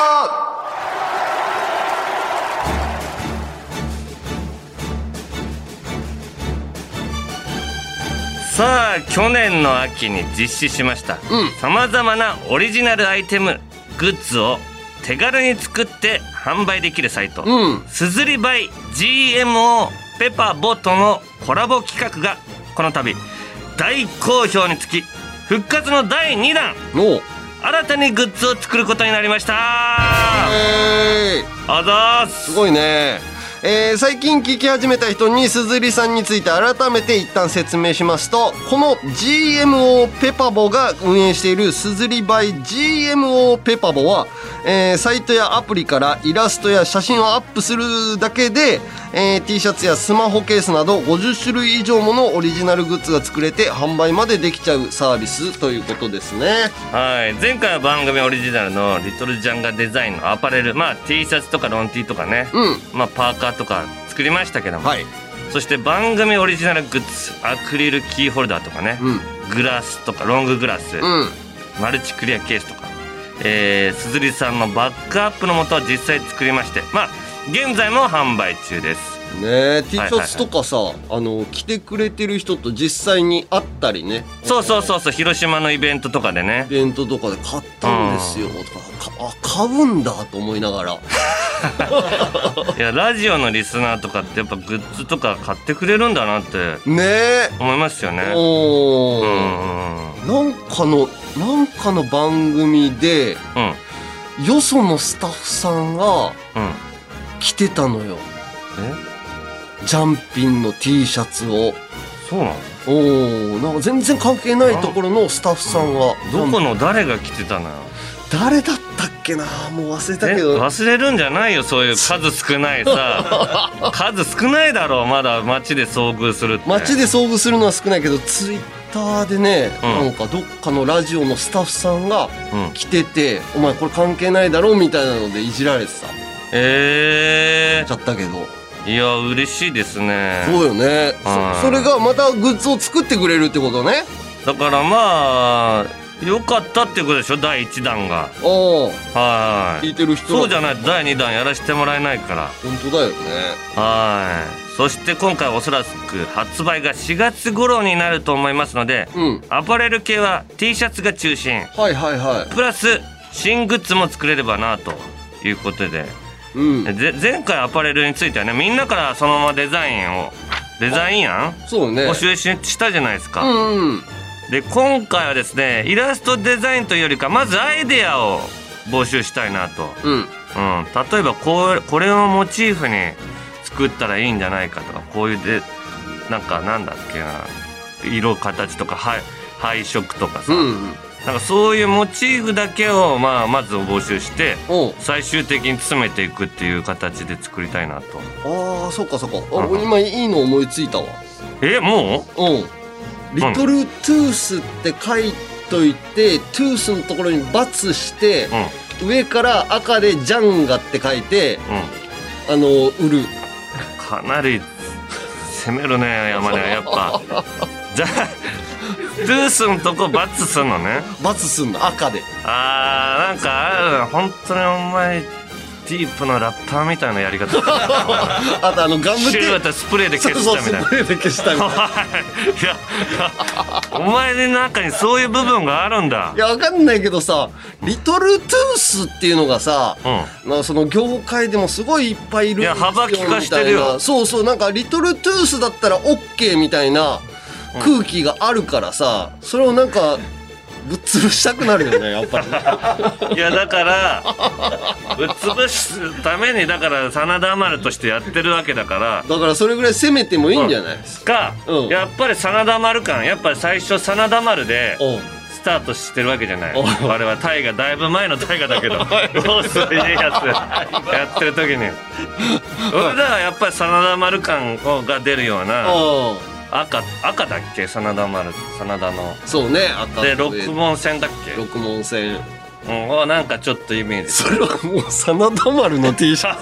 さあ去年の秋に実施しましたさまざまなオリジナルアイテムグッズを手軽に作って販売できるサイト、うん、すずり by ジーエムオー ペパボとのコラボ企画がこの度大好評につき復活のだいにだん新たにグッズを作ることになりました。 えー、 あざーす。 すごいね。えー、最近聞き始めた人にすずりさんについて改めて一旦説明しますと、この ジーエムオー ペパボが運営しているすずり by ジーエムオー ペパボは、えー、サイトやアプリからイラストや写真をアップするだけで、えー、T シャツやスマホケースなどごじゅっしゅるい以上ものオリジナルグッズが作れて販売までできちゃうサービスということですね。 はい、前回は番組オリジナルのリトルジャンガデザインのアパレル、まあ T シャツとかロン T とかね、うん、まあパーカーとか作りましたけども、はい、そして番組オリジナルグッズアクリルキーホルダーとかね、うん、グラスとかロンググラス、うん、マルチクリアケースとか、えー、すずりさんのバックアップのもとを実際作りまして、まあ現在も販売中ですね。え T シャツとかさ、はいはいはい、あの着てくれてる人と実際に会ったりね。 そうそうそうそう、広島のイベントとかでね、 イベントとかで買ったんですよとか、あ買うんだと思いながらいやラジオのリスナーとかってやっぱグッズとか買ってくれるんだなってね思いますよね。 おー、うん、なんかのなんかの番組で、うん、よそのスタッフさんが、うん、着てたのよ。えジャンピンの T シャツを。 そうなの？ おー、なんか全然関係ないところのスタッフさんが、 どこの誰が着てたのよ。 誰だったっけな、もう忘れたけど。 忘れるんじゃないよ、そういう数少ないさ数少ないだろう、まだ街で遭遇するって。 街で遭遇するのは少ないけど、ツイッターでね、うん、なんかどっかのラジオのスタッフさんが着てて、うん、お前これ関係ないだろうみたいなのでいじられてさ、 えー、 ちゃったけど、 いや嬉しいですね。 そうよね、そ, それがまたグッズを作ってくれるってことね。 だからまあよかったってことでしょ、だいいちだんが。 おはい、 聞いてる人そうじゃないとだいにだんやらせてもらえないから。 本当だよね。 はい、そして今回おそらく発売がしがつ頃になると思いますので、うん、アパレル系は T シャツが中心、 はいはいはい、 プラス新グッズも作れればなということで、うん、で前回アパレルについてはね、みんなからそのままデザインをデザイン案そうね募集 し, したじゃないですか、 うんうん、 で今回はですね、イラストデザインというよりかまずアイデアを募集したいなと、うんうん、例えばこうこれをモチーフに作ったらいいんじゃないかとか、こういうでなんかなんだっけな、色形とか配色とかさ、うんうん、なんかそういうモチーフだけを、まあ、まず募集して最終的に詰めていくっていう形で作りたいなと。 ああ、そうかそうか、あ、うん、今いいの思いついたわ。 え、もう？ うん、リトルトゥースって書いといて、トゥースのところに×して、うん、上から赤でジャンガって書いて、うん、あの売る。 かなり攻めるね山根はやっぱじゃあトゥースのとこ×すんのね。 ×すんの赤で。 あー、なんかある、本当にお前ディープなラッパーみたいなやり方あとあのガムテープスプレーで消したみたいな。 そうそう、スプレーで消したみたいな。いやお前の中にそういう部分があるんだ。 いやわかんないけどさ、リトルトゥースっていうのがさ、うん、まあその業界でもすごいいっぱいいるんですよ。 いや幅利かしてるよ。 そうそう、なんかリトルトゥースだったら OK みたいな空気があるからさ、それをなんかぶっ潰したくなるよね、やっぱり。 いやだからぶっ潰すために、だから真田丸としてやってるわけだから、 だからそれぐらい攻めてもいいんじゃないですか、うん、やっぱり真田丸感、やっぱり最初真田丸でスタートしてるわけじゃない。我々大河、だいぶ前の大河だけどどうする家康やってる時に俺らはやっぱり真田丸感が出るような赤, 赤だっけ、真田丸、真田の。 そうね、赤で六文線だっけ。 六文線、 うん、なんかちょっとイメージ。 それはもう真田丸の T シャツ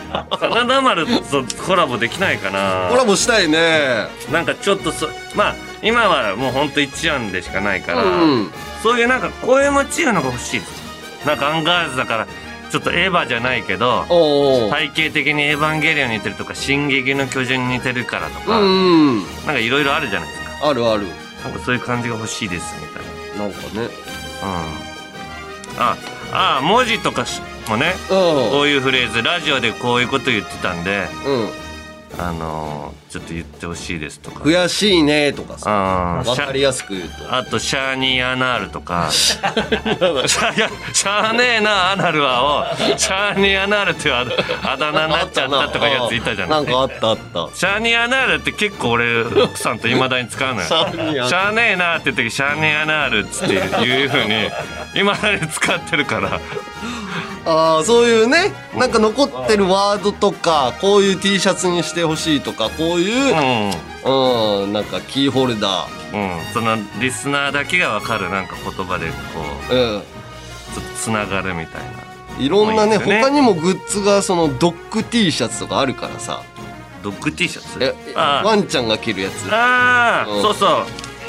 真田丸とコラボできないかな。 コラボしたいね。 なんかちょっとそまあ今はもうほんと一案でしかないから、うん、そういうなんか声も違うのが欲しいです。なんかアンガールズだからちょっとエヴァじゃないけど体型的にエヴァンゲリオンに似てるとか進撃の巨人に似てるからとか、うん、なんかいろいろあるじゃないですか。 あるある。 なんかそういう感じが欲しいですみたいな。なんかね、うん、 ああ文字とかもね、こういうフレーズラジオでこういうこと言ってたんで、うん、あのー、ちょっと言ってほしいですとか、 悔しいねとかさ、分かりやすく言うと、 あとシャーニーアナールとかシャーネーなアナルはをシャーニーアナールっていうあだ名になっちゃったとかやついたじゃない。 なんかあったあった。 シャーニーアナールって結構俺奥さんと未だに使うのよ。シャーネーなって言う時シャーニーアナールっつっていう風に未だに使ってるから。 ああ、そういうね、なんか残ってるワードとか、こういう T シャツにしてほしいとか、こういう、うん、うん、なんかキーホルダー、うん、そのリスナーだけが分かるなんか言葉でこう、うん、ちょっとつながるみたいな。 いろんなね、他にもグッズがそのドッグ T シャツとかあるからさ。 ドッグ T シャツ？ え、ワンちゃんが着るやつ。 ああ、うん、そうそう。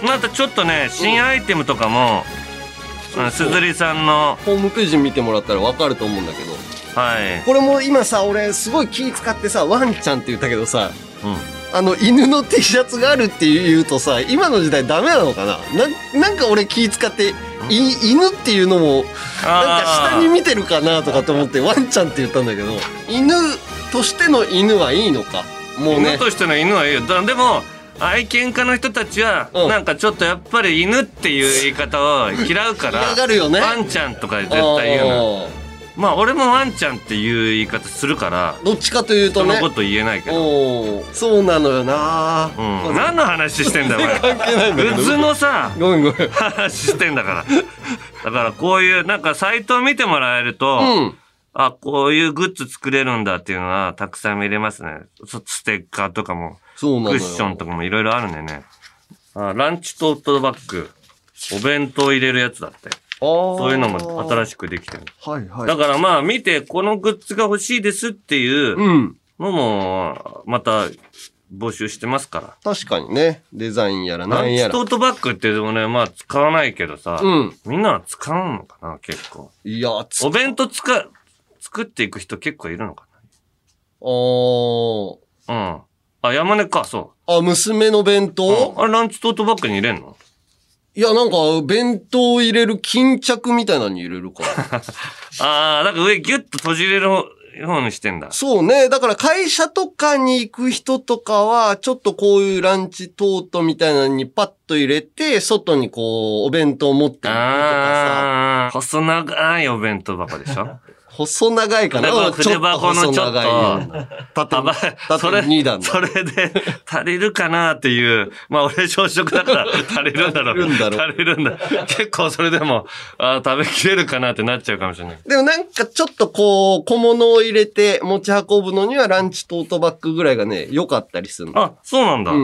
またちょっとね、新アイテムとかも。すずりさんのホームページ見てもらったら分かると思うんだけど、 はい、 これも今さ俺すごい気使ってさワンちゃんって言ったけどさ、うん、あの犬の T シャツがあるって言うとさ今の時代ダメなのかな。 な, なんか俺気使ってい犬っていうのもなんか下に見てるかなとかと思ってワンちゃんって言ったんだけど、犬としての犬はいいのか。もうね、 犬としての犬はいいよ。でも愛犬家の人たちは、うん、なんかちょっとやっぱり犬っていう言い方を嫌うから嫌がるよね。 ワンちゃんとか絶対言うの。まあ俺もワンちゃんっていう言い方するからどっちかというとねそのこと言えないけど。 そうなのよな、 うん、何の話してんだお前。 関係ないんだけどグッズのさごめんごめん話してんだからだからこういうなんかサイトを見てもらえると、うん、あこういうグッズ作れるんだっていうのはたくさん見れますね。ステッカーとかもクッションとかもいろいろあるんでね。あランチトートバッグお弁当入れるやつだって。そういうのも新しくできてる。 はいはい。 だからまあ見てこのグッズが欲しいですっていうのもまた募集してますから。 確かにね。デザインやらなんやら。 ランチトートバッグってでもね、まあ使わないけどさ、うん、みんなは使うのかな結構。 いや、 お弁当使う、作っていく人結構いるのかな。 ああ。うん。あ、山根か、そう。 あ、娘の弁当、 うん、あれランチトートバッグに入れんの？ いや、なんか、弁当入れる巾着みたいなのに入れるから。 ああ、なんか上ギュッと閉じれる方にしてんだ。 そうね。だから会社とかに行く人とかは、ちょっとこういうランチトートみたいなのにパッと入れて、外にこう、お弁当持ってるとかさ。 ああ、細長いお弁当箱でしょ細長いかな。 だから筆箱のちょっと、縦、縦に段。 それで足りるかなっていう。まあ俺小食だから足りるんだろう。足りるんだろう。足りるんだ。結構それでも、あ食べきれるかなってなっちゃうかもしれない。 でもなんかちょっとこう、小物を入れて持ち運ぶのにはランチトートバッグぐらいがね、良かったりするの。 あ、そうなんだ。 うん。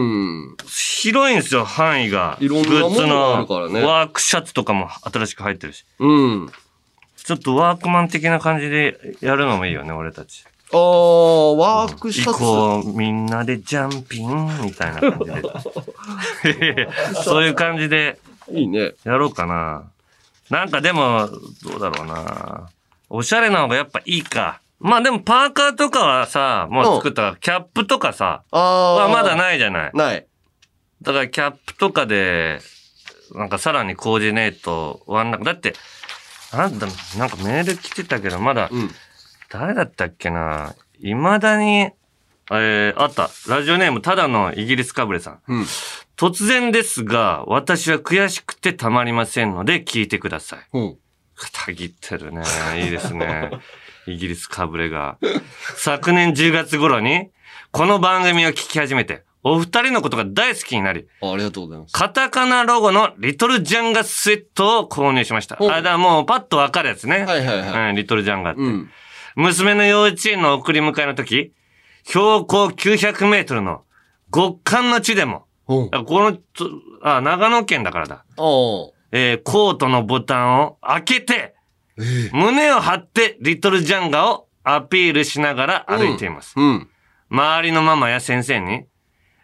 広いんですよ、範囲が。 いろんなものがあるからね。 ワークシャツとかも新しく入ってるし。 うん。 ちょっとワークマン的な感じでやるのもいいよね、俺たち。 ああ、ワークシャツ。 行こう、みんなでジャンピンみたいな感じで。そういう感じで。 いいね。 やろうかな。なんかでも、どうだろうな。おしゃれな方がやっぱいいか。まあでもパーカーとかはさ、もう作ったから、キャップとかさ、はまだないじゃない。 ない。 だからキャップとかで、なんかさらにコーディネート、ワンランク。だって、なんだ、なんかメール来てたけど、まだ、うん、誰だったっけな。未だに、えー、あった。ラジオネーム、ただのイギリスかぶれさん。 うん、 突然ですが、私は悔しくてたまりませんので、聞いてください。 うん。 たぎってるね。いいですね。イギリスかぶれが。昨年じゅうがつ頃に、この番組を聞き始めて、お二人のことが大好きになり、 あ、ありがとうございます。 カタカナロゴのリトルジャンガスウェットを購入しました。あ、だからもうパッとわかるやつね。 はいはいはい。 うん、リトルジャンガって。 うん、 娘の幼稚園の送り迎えの時、標高きゅうひゃくメートルの極寒の地でも、 うん、 この、あ、長野県だからだ。 おえー、コートのボタンを開けて、 えー、 胸を張ってリトルジャンガをアピールしながら歩いています。 うんうん、 周りのママや先生に、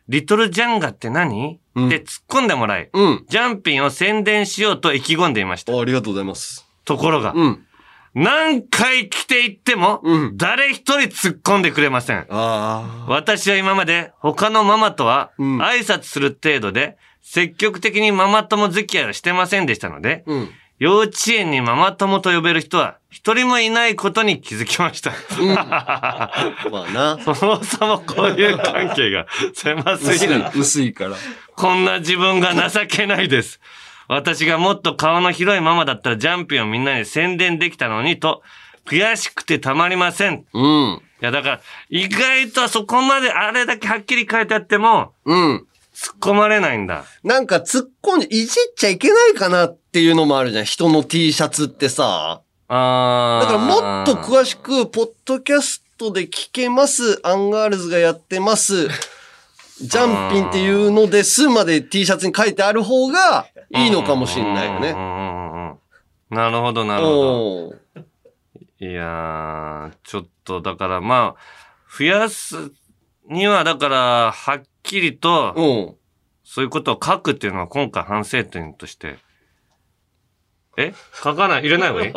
リトルジャンガって何、うん、って突っ込んでもらい、うん、ジャンピンを宣伝しようと意気込んでいました。 あ、ありがとうございます。 ところが、うん、何回来ていっても、うん、誰一人突っ込んでくれません。あ、私は今まで他のママとは挨拶する程度で、積極的にママ友付き合いをしてませんでしたので、うん、幼稚園にママ友と呼べる人は一人もいないことに気づきました。うん、まあな。そもそもこういう関係が狭すぎる。 薄い、薄いから。 こんな自分が情けないです。私がもっと顔の広いママだったらジャンピンをみんなに宣伝できたのにと、悔しくてたまりません。うん。いやだから、意外とそこまであれだけはっきり書いてあっても、うん。突っ込まれないんだ。 なんか突っ込んで、いじっちゃいけないかなっていうのもあるじゃん。人の T シャツってさ。あー。だからもっと詳しく、ポッドキャストで聞けます。アンガールズがやってます。ジャンピンっていうのですまで T シャツに書いてある方がいいのかもしれないよね。 なるほど、なるほど。いやー、ちょっと、だからまあ、増やすには、だから、はっきりと、そういうことを書くっていうのは今回反省点として。え書かない入れない方がいい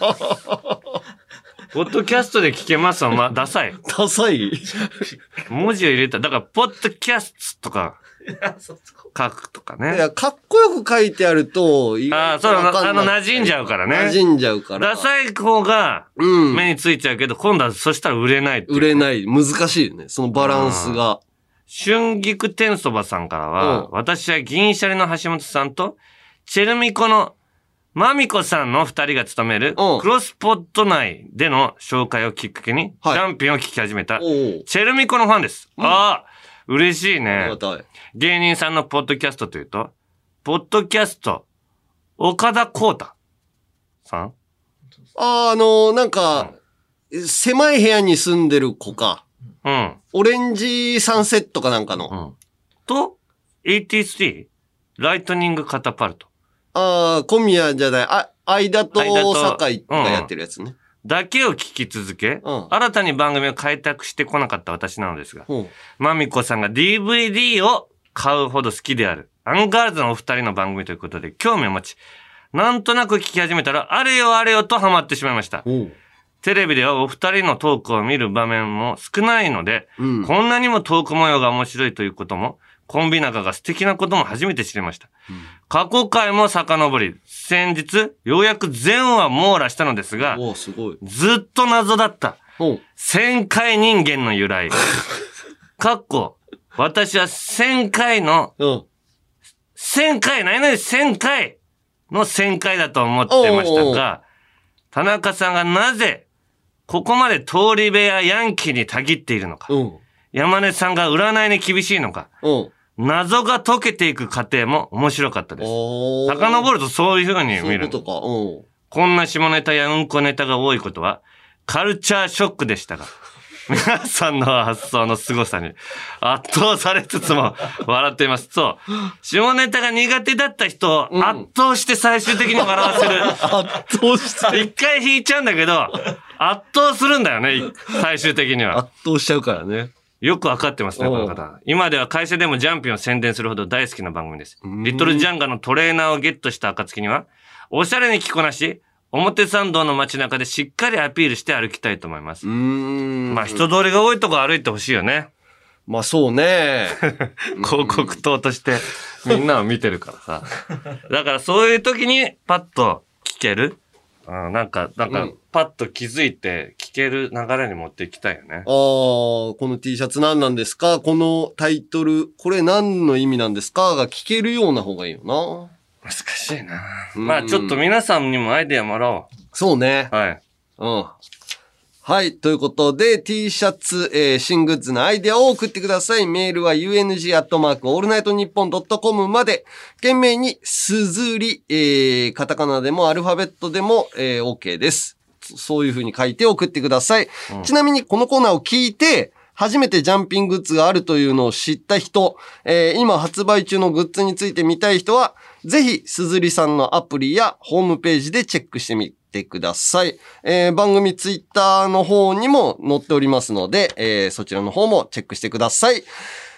ポッドキャストで聞けますわ、ま、ダサい。 ダサい文字を入れた。だから、ポッドキャストとか、書くとかね。 いや、かっこよく書いてあると、 ああ、そう、あの、馴染んじゃうからね。 馴染んじゃうから。 ダサい方が、目についちゃうけど、うん、今度はそしたら売れないっていう。 売れない。難しいよね。そのバランスが。 春菊天そばさんからは、うん、私は銀シャリの橋本さんと、チェルミコのマミコさんの二人が務める、クロスポット内での紹介をきっかけに、ジャンピンを聞き始めた、チェルミコのファンです。うん、ああ、嬉しいね。芸人さんのポッドキャストというと、ポッドキャスト、岡田光太さんあ、あのー、なんか、うん、狭い部屋に住んでる子か。うん。オレンジサンセットかなんかの。うん、 と、エイティースリー? ライトニングカタパルト。 ああ、小宮じゃない、あ、間と酒井がやってるやつね。うん、 だけを聞き続け、うん、新たに番組を開拓してこなかった私なのですが、うん、マミコさんが ディーブイディー を買うほど好きである、アンガールズのお二人の番組ということで興味を持ち、なんとなく聞き始めたら、あれよあれよとハマってしまいました。テレビではお二人のトークを見る場面も少ないので、うん、こんなにもトーク模様が面白いということも、コンビ仲が素敵なことも初めて知りました。うん、過去回も遡り、先日、ようやく全話網羅したのですが、 おすごいずっと謎だった。旋回人間の由来。かっこ、私は旋回の、旋回、何々旋回の旋回だと思ってましたが、田中さんがなぜ、ここまで通り部屋ヤンキーにたぎっているのか、山根さんが占いに厳しいのか、謎が解けていく過程も面白かったです。遡るとそういう風に見る。 そういうことか。うん。 こんな下ネタやうんこネタが多いことは、カルチャーショックでしたが、皆さんの発想の凄さに圧倒されつつも笑っています。そう。下ネタが苦手だった人を圧倒して最終的に笑わせる。 うん、圧倒して。 一回引いちゃうんだけど、圧倒するんだよね、最終的には。 圧倒しちゃうからね。 よくわかってますね、この方。今では会社でもジャンピンを宣伝するほど大好きな番組です。リトルジャンガのトレーナーをゲットした暁には、おしゃれに着こなし、表参道の街中でしっかりアピールして歩きたいと思います。うーん。まあ人通りが多いとこ歩いてほしいよね。 まあそうね。 広告塔としてみんなを見てるからさ。だからそういう時にパッと聞ける。うん、なんか、なんか、パッと気づいて聞ける流れに持っていきたいよね。 ああ、この T シャツ何なんですか？このタイトル、これ何の意味なんですか？が聞けるような方がいいよな。 難しいな。まあちょっと皆さんにもアイデアもらおう。 そうね。 はい。 うん。はい。ということで、T シャツ、えー、新グッズのアイデアを送ってください。メールは ユーエヌジー アットマーク、オールナイトニッポンドットコムまで、懸命に、すずり、えー、カタカナでもアルファベットでも、えー、OK です。そういう風に書いて送ってください。うん、ちなみに、このコーナーを聞いて、初めてジャンピングッズがあるというのを知った人、えー、今発売中のグッズについて見たい人は、ぜひ、すずりさんのアプリやホームページでチェックしてみてください。えー、番組ツイッターの方にも載っておりますので、えー、そちらの方もチェックしてください。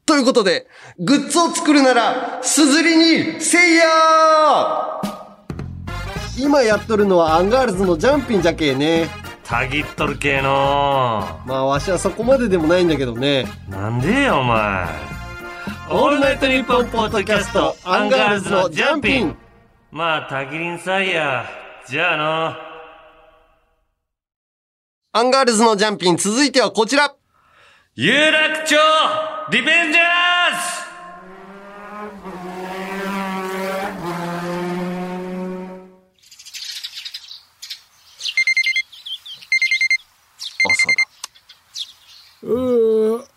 ということで、グッズを作るなら、すずりにせいやー今やっとるのはアンガールズのジャンピンじゃけーね。 たぎっとるけーのまあわしはそこまででもないんだけどね。 なんでよお前。オールナイトニッポンポッドキャストアンガールズのジャンピン。まあたぎりんさいや。じゃあのアンガールズのジャンピン、続いてはこちら。 有楽町リベンジャーズ。 朝だ。 うーう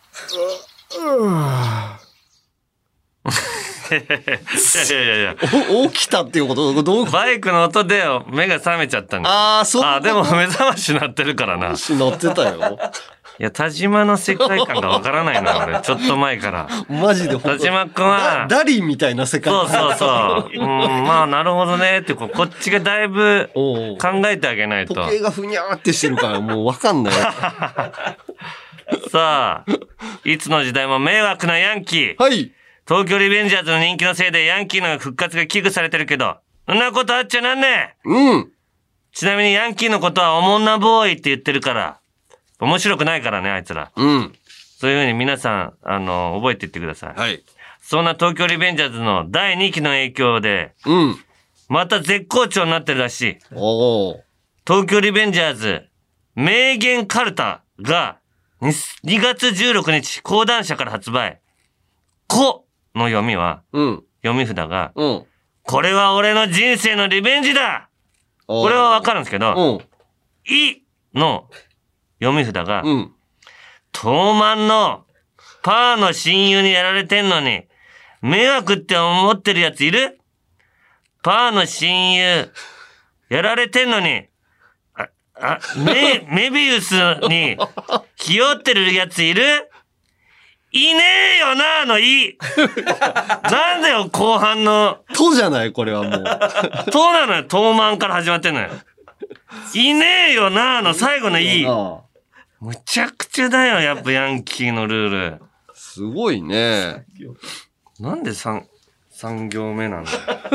いやいやいや起きたっていうことどうバイクの音で目が覚めちゃったんだ。 ああ、そう。 あ、でも目覚まし鳴ってるからな。 鳴ってたよ。 いや、田島の世界観がわからないのよ、俺。ちょっと前から。 マジで田島くんは。 ダリンみたいな世界観。そうそうそう。うん、まあ、なるほどね。ってこ、こっちがだいぶ考えてあげないと。 時計がふにゃーってしてるからもうわかんない。 さあ、いつの時代も迷惑なヤンキー。 はい。 東京リベンジャーズの人気のせいでヤンキーの復活が危惧されてるけど、そんなことあっちゃなんねえ。うん。 ちなみにヤンキーのことはおもんなボーイって言ってるから、面白くないからね、あいつら。 うん。 そういう風に皆さん、あの、覚えていってください。 はい。 そんな東京リベンジャーズのだいにきの影響で、 うん。 また絶好調になってるらしい。 おー。 東京リベンジャーズ、名言カルタがにがつじゅうろくにち講談社から発売。この読みは、 うん。 読み札が、 うん。 これは俺の人生のリベンジだこれはわかるんですけど、 うん。 いの読み札が、 うん。 東満のパーの親友にやられてんのに、迷惑って思ってるやついる？パーの親友、やられてんのに、あ、あ、メ、メビウスに、ひよってるやついる？いねえよな、のい。なんだよ、後半の。 とじゃないこれはもう。 となのよ、東満から始まってんのよ。いねえよな、の最後のい。むちゃくちゃだよ、やっぱヤンキーのルール。 すごいね。 なんで三、三行目なんだよ。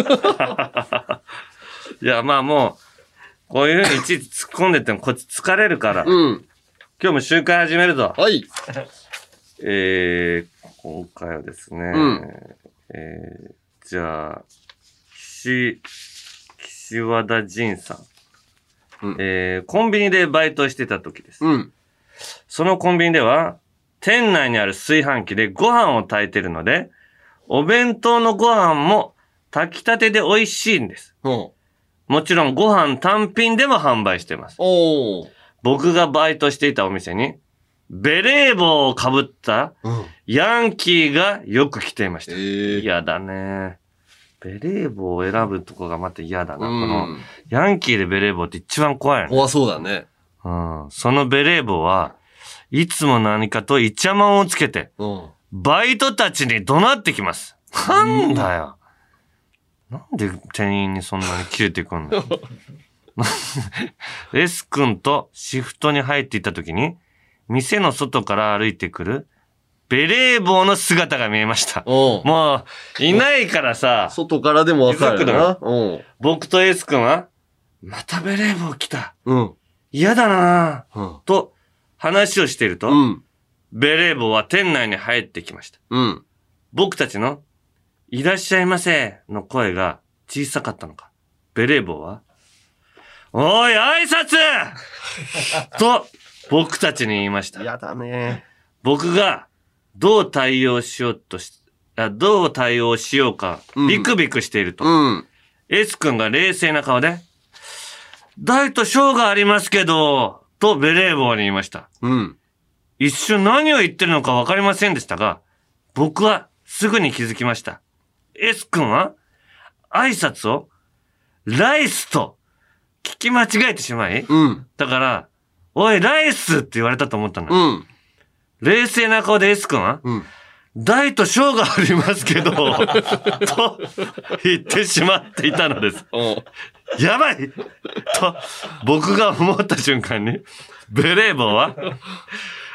いや、まあもう、こういうふうにいちいち突っ込んでってもこっち疲れるから。 うん。 今日も集会始めるぞ。 はい。 えー、今回はですね、 うん、 えー、じゃあ、岸、岸和田仁さん。うん、えー、コンビニでバイトしてた時です。 うん。 そのコンビニでは、店内にある炊飯器でご飯を炊いてるので、お弁当のご飯も炊きたてで美味しいんです。 うん、 もちろんご飯単品でも販売してます。 おー。 僕がバイトしていたお店に、ベレー帽をかぶったヤンキーがよく来ていました。うん、嫌だね。ベレー帽を選ぶとこがまた嫌だな。うん、このヤンキーでベレー帽って一番怖いよね。 怖そうだね。 うん。そのベレー帽はいつも何かとイチャモンをつけて、うん、バイトたちに怒鳴ってきます。なんだよ。なんで店員にそんなに切れてくんのS 君とシフトに入っていった時に、店の外から歩いてくるベレー帽の姿が見えました。もう、いないからさ。 外からでもわかるな。 僕と S 君は、またベレー帽来た。 うん。 嫌だなぁ、うん。と、話をしていると、うん、ベレー帽は店内に入ってきました。 うん。 僕たちの、いらっしゃいませの声が小さかったのか。ベレー帽は、おい、挨拶と、僕たちに言いました。 やだね。 僕がどう対応しようとし、あどう対応しようか、ビクビクしていると、 うん、 S 君が冷静な顔で、大と小がありますけど、とベレー帽に言いました。 うん、 一瞬何を言ってるのかわかりませんでしたが、僕はすぐに気づきました。S 君は挨拶をライスと聞き間違えてしまい、 うん、だから、おい、ライスって言われたと思ったの。 うん。 冷静な顔で S 君は、 うん、 大と小がありますけど、と言ってしまっていたのです。やばいと僕が思った瞬間に、ベレー帽は、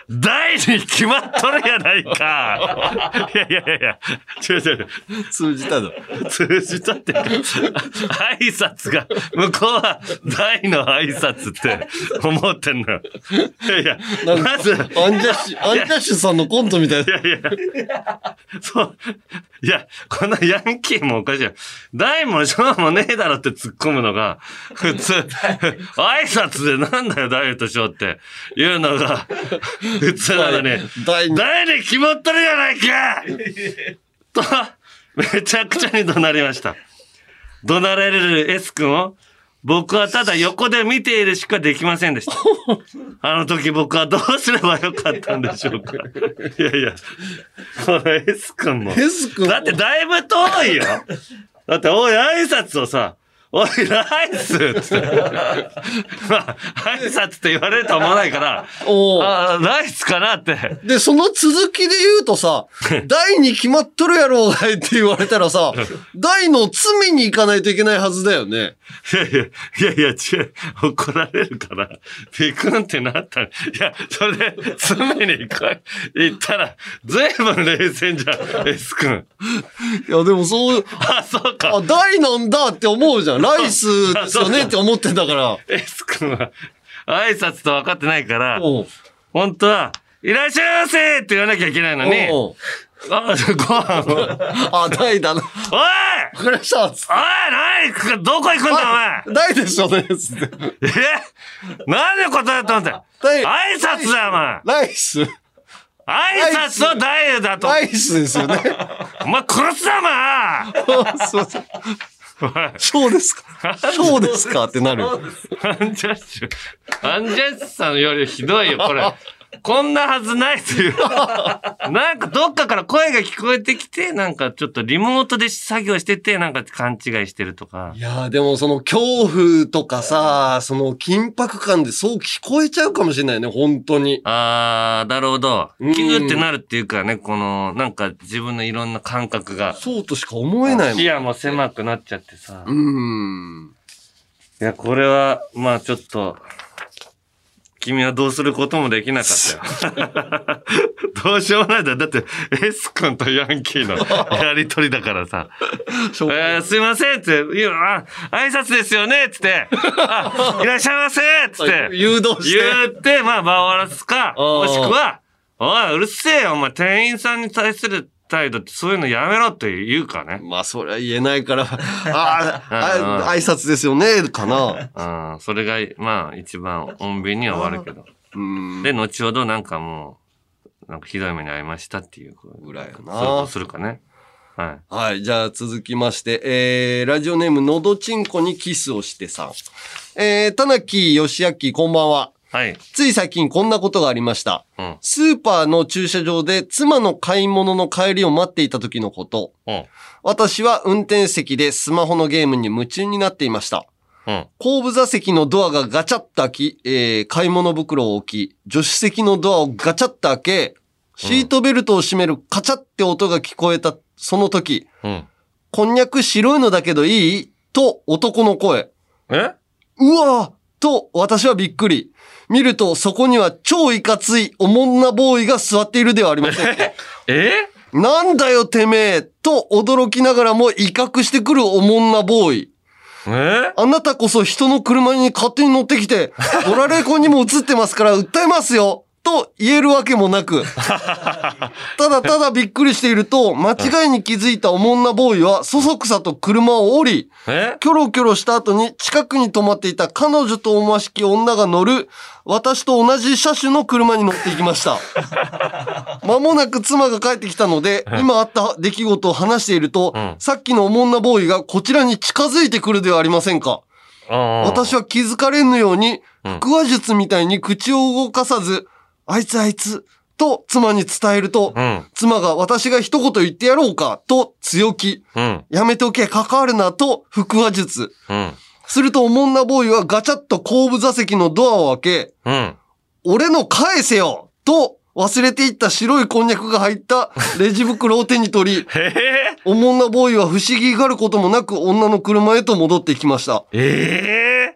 大に決まっとるやないか。いやいやいやいや、違う違う。 通じたの。 通じたってか、挨拶が、向こうは大の挨拶って思ってんのよ。いやいや、まず、 アンジャッシュ、アンジャッシュさんのコントみたいな。 いやいや、そう。いや、このヤンキーもおかしいよ。大も小もねえだろって突っ込むのが、普通、挨拶でなんだよ、大と小って言うのが、普通なのに、大に決まっとるやないかと、めちゃくちゃに怒鳴りました。怒鳴られる S 君を、僕はただ横で見ているしかできませんでした。あの時僕はどうすればよかったんでしょうか。いやいや、この S 君も。 S 君も。 だってだいぶ遠いよ。だって、おい、挨拶をさ、おい、ライスって。まあ、挨拶って言われると思わないから、 おあライスかなって。 で、その続きで言うとさ、大に決まっとるやろうがいって言われたらさ、大の罪に行かないといけないはずだよね。 いやいや、いやいや、違う。怒られるから、ビクンってなった。いや、それで、罪に行か、行ったら、ずいぶん冷静じゃん、S 君。 いや、でもそう、 あ、そうか。 あ、大なんだって思うじゃん。ライスですよねって思ってんだから。 S 君は、挨拶と分かってないから、本当は、いらっしゃいませって言わなきゃいけないのに、あ、ご飯を。 あ、大だな。 おいわかりました。おい、 何どこ行くんだお前大でしょねつって。 えなんで答えたんだよ挨拶だよお前ライス。 挨拶の大だと。 ライスですよね。 お前殺すなお前すいません。そうですかそうですかってなる。 アンジャッシュ。アンジャッシュさんよりひどいよ、これ。こんなはずないという。なんかどっかから声が聞こえてきて、なんかちょっとリモートで作業してて、なんか勘違いしてるとか。 いやーでもその恐怖とかさ、その緊迫感でそう聞こえちゃうかもしれないね、本当に。 あー、なるほど。キューってなるっていうかね、この、なんか自分のいろんな感覚が。 そうとしか思えないもん。 視野も狭くなっちゃってさ。 うーん。 いや、これは、まあちょっと、君はどうすることもできなかったよ。どうしようもないんだよ。だって、S 君とヤンキーのやりとりだからさ。えー、すいませんって、言う、あ、挨拶ですよねつって、あ、いらっしゃいませつって、 誘導して。 言って、まあ場を終わらすか、もしくは、おい、うるせえよ、お前、店員さんに対する態度ってそういうのやめろって言うかね。 まあ、それは言えないから、ああ、挨拶ですよね、かな。うん、それが、まあ、一番穏便には終わるけど。で、後ほどなんかもう、なんかひどい目に遭いましたっていうぐらいやな。 そうするかね。はい。 はい。じゃあ続きまして、えー、ラジオネームのどちんこにキスをしてさん。えー、田中義明、こんばんは。 はい。 つい最近こんなことがありました。うん、スーパーの駐車場で妻の買い物の帰りを待っていた時のこと。うん、私は運転席でスマホのゲームに夢中になっていました。うん、後部座席のドアがガチャッと開き、えー、買い物袋を置き、助手席のドアをガチャッと開け、シートベルトを閉めるカチャって音が聞こえたその時、うん、こんにゃく白いのだけどいいと男の声。 えうわと私はびっくり。見るとそこには超いかついおもんなボーイが座っているではありませんか。 えなんだよてめえと驚きながらも威嚇してくるおもんなボーイ。 えあなたこそ人の車に勝手に乗ってきて、ドラレコにも映ってますから訴えますよと言えるわけもなく。ただただびっくりしていると、間違いに気づいたおもんなボーイはそそくさと車を降り、キョロキョロした後に近くに止まっていた彼女と思わしき女が乗る、私と同じ車種の車に乗っていきました。間もなく妻が帰ってきたので、今あった出来事を話していると、うん、さっきのおもんなボーイがこちらに近づいてくるではありませんか。私は気づかれぬように、腹話術みたいに口を動かさず、あいつあいつ、と妻に伝えると、うん、妻が私が一言言ってやろうか、と強気。うん、やめておけ、関わるな、と腹話術。うん、するとおもんなボーイはガチャッと後部座席のドアを開け、うん、俺の返せよと忘れていった白いこんにゃくが入ったレジ袋を手に取り、おもんなボーイは不思議がることもなく女の車へと戻ってきました。 え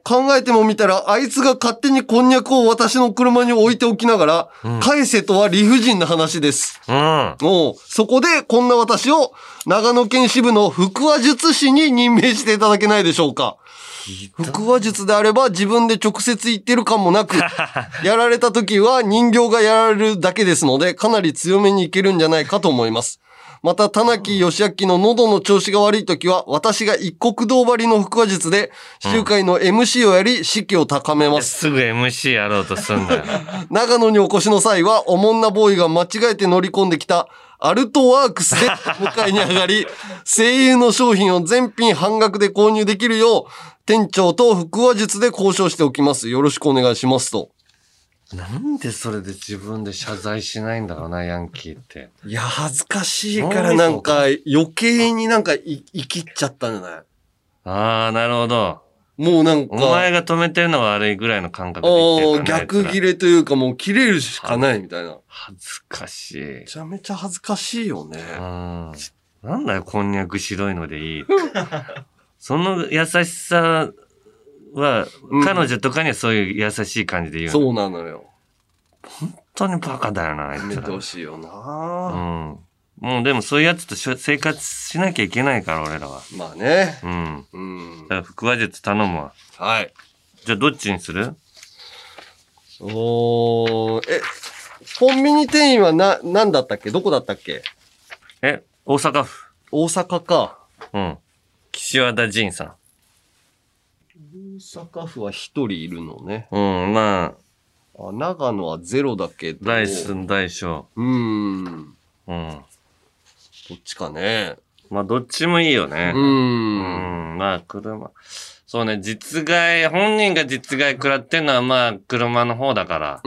考えてもみたら、あいつが勝手にこんにゃくを私の車に置いておきながら、うん、返せとは理不尽な話です。うん。おうそこで、こんな私を、長野県支部の腹話術師に任命していただけないでしょうか。腹話術であれば自分で直接言ってる感もなく、やられた時は人形がやられるだけですので、かなり強めにいけるんじゃないかと思います。また、田中義明の喉の調子が悪い時は、私が一国道張りの腹話術で、集会の エムシー をやり、士気を高めます。 すぐ エムシー やろうとすんだよ。 長野にお越しの際は、おもんなボーイが間違えて乗り込んできた、アルトワークスで迎えに上がり、声優の商品を全品半額で購入できるよう、店長と腹話術で交渉しておきます。よろしくお願いしますと。 なんでそれで自分で謝罪しないんだろうな、ヤンキーって。 いや、恥ずかしいからなんか余計になんか生きっちゃったんじゃない？ ああ、なるほど。 もうなんか。 お前が止めてるのが悪いぐらいの感覚で言ってるからね。 逆切れというかもう切れるしかないみたいな。 恥ずかしい。めちゃめちゃ恥ずかしいよね。うん。 なんだよ、こんにゃく白いのでいい。その優しさは、彼女とかにはそういう優しい感じで言う、 うん、そうなのよ。 本当にバカだよな、あいつら。 やめてほしいよな。 うん。もうでもそういうやつと生活しなきゃいけないから、俺らは。 まあね。 うん。うん。だから腹話術頼むわ。 はい。 じゃあどっちにする？ おー、え、コンビニ店員はな、なんだったっけ？どこだったっけ？ え、大阪府。 大阪か。 うん。岸和田仁さん。 大阪府は一人いるのね。 うん、まあ。あ、長野はゼロだけど。 大寸大小。 うーん。うん。どっちかね。 まあ、どっちもいいよね。 うーん。うん。まあ、車。そうね、実害、本人が実害食らってんのはまあ、車の方だから。 うん。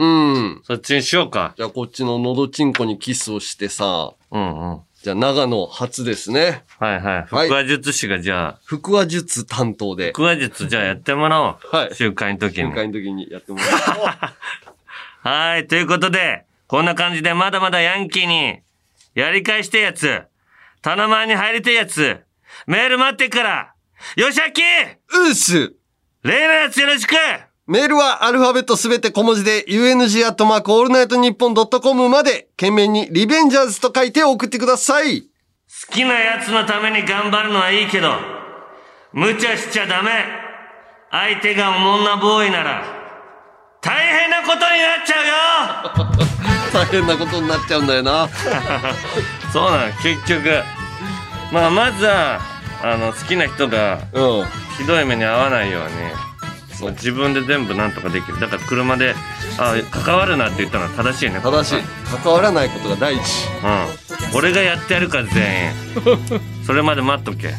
そっちにしようか。 じゃあ、こっちののどちんこにキスをしてさ。 うんうん。 じゃあ、長野初ですね。 はいはい。腹話術師がじゃあ。 腹話術担当で。 腹話術じゃあやってもらおう。 はい。 集会の時に。 集会の時にやってもらおう。 はい。ということで、こんな感じでまだまだヤンキーにやり返してやつ、タナマンに入りてえやつ、メール待ってっから、よしあきうっす例のやつよろしくメールはアルファベットすべて小文字で ユーエヌジー アットマークオールナイトニッポンドットコムまで懸命にリベンジャーズと書いて送ってください。 好きなやつのために頑張るのはいいけど、無茶しちゃダメ。相手がおもんなボーイなら、大変なことになっちゃうよ大変なことになっちゃうんだよな。 そうなの、結局。まあ、まずは、あの、好きな人が、ひどい目に遭わないように、うん、自分で全部なんとかできる。だから車で、あ、関わるなって言ったのは正しいね。 正しい。関わらないことが第一。 うん。俺がやってやるから全員。それまで待っとけ。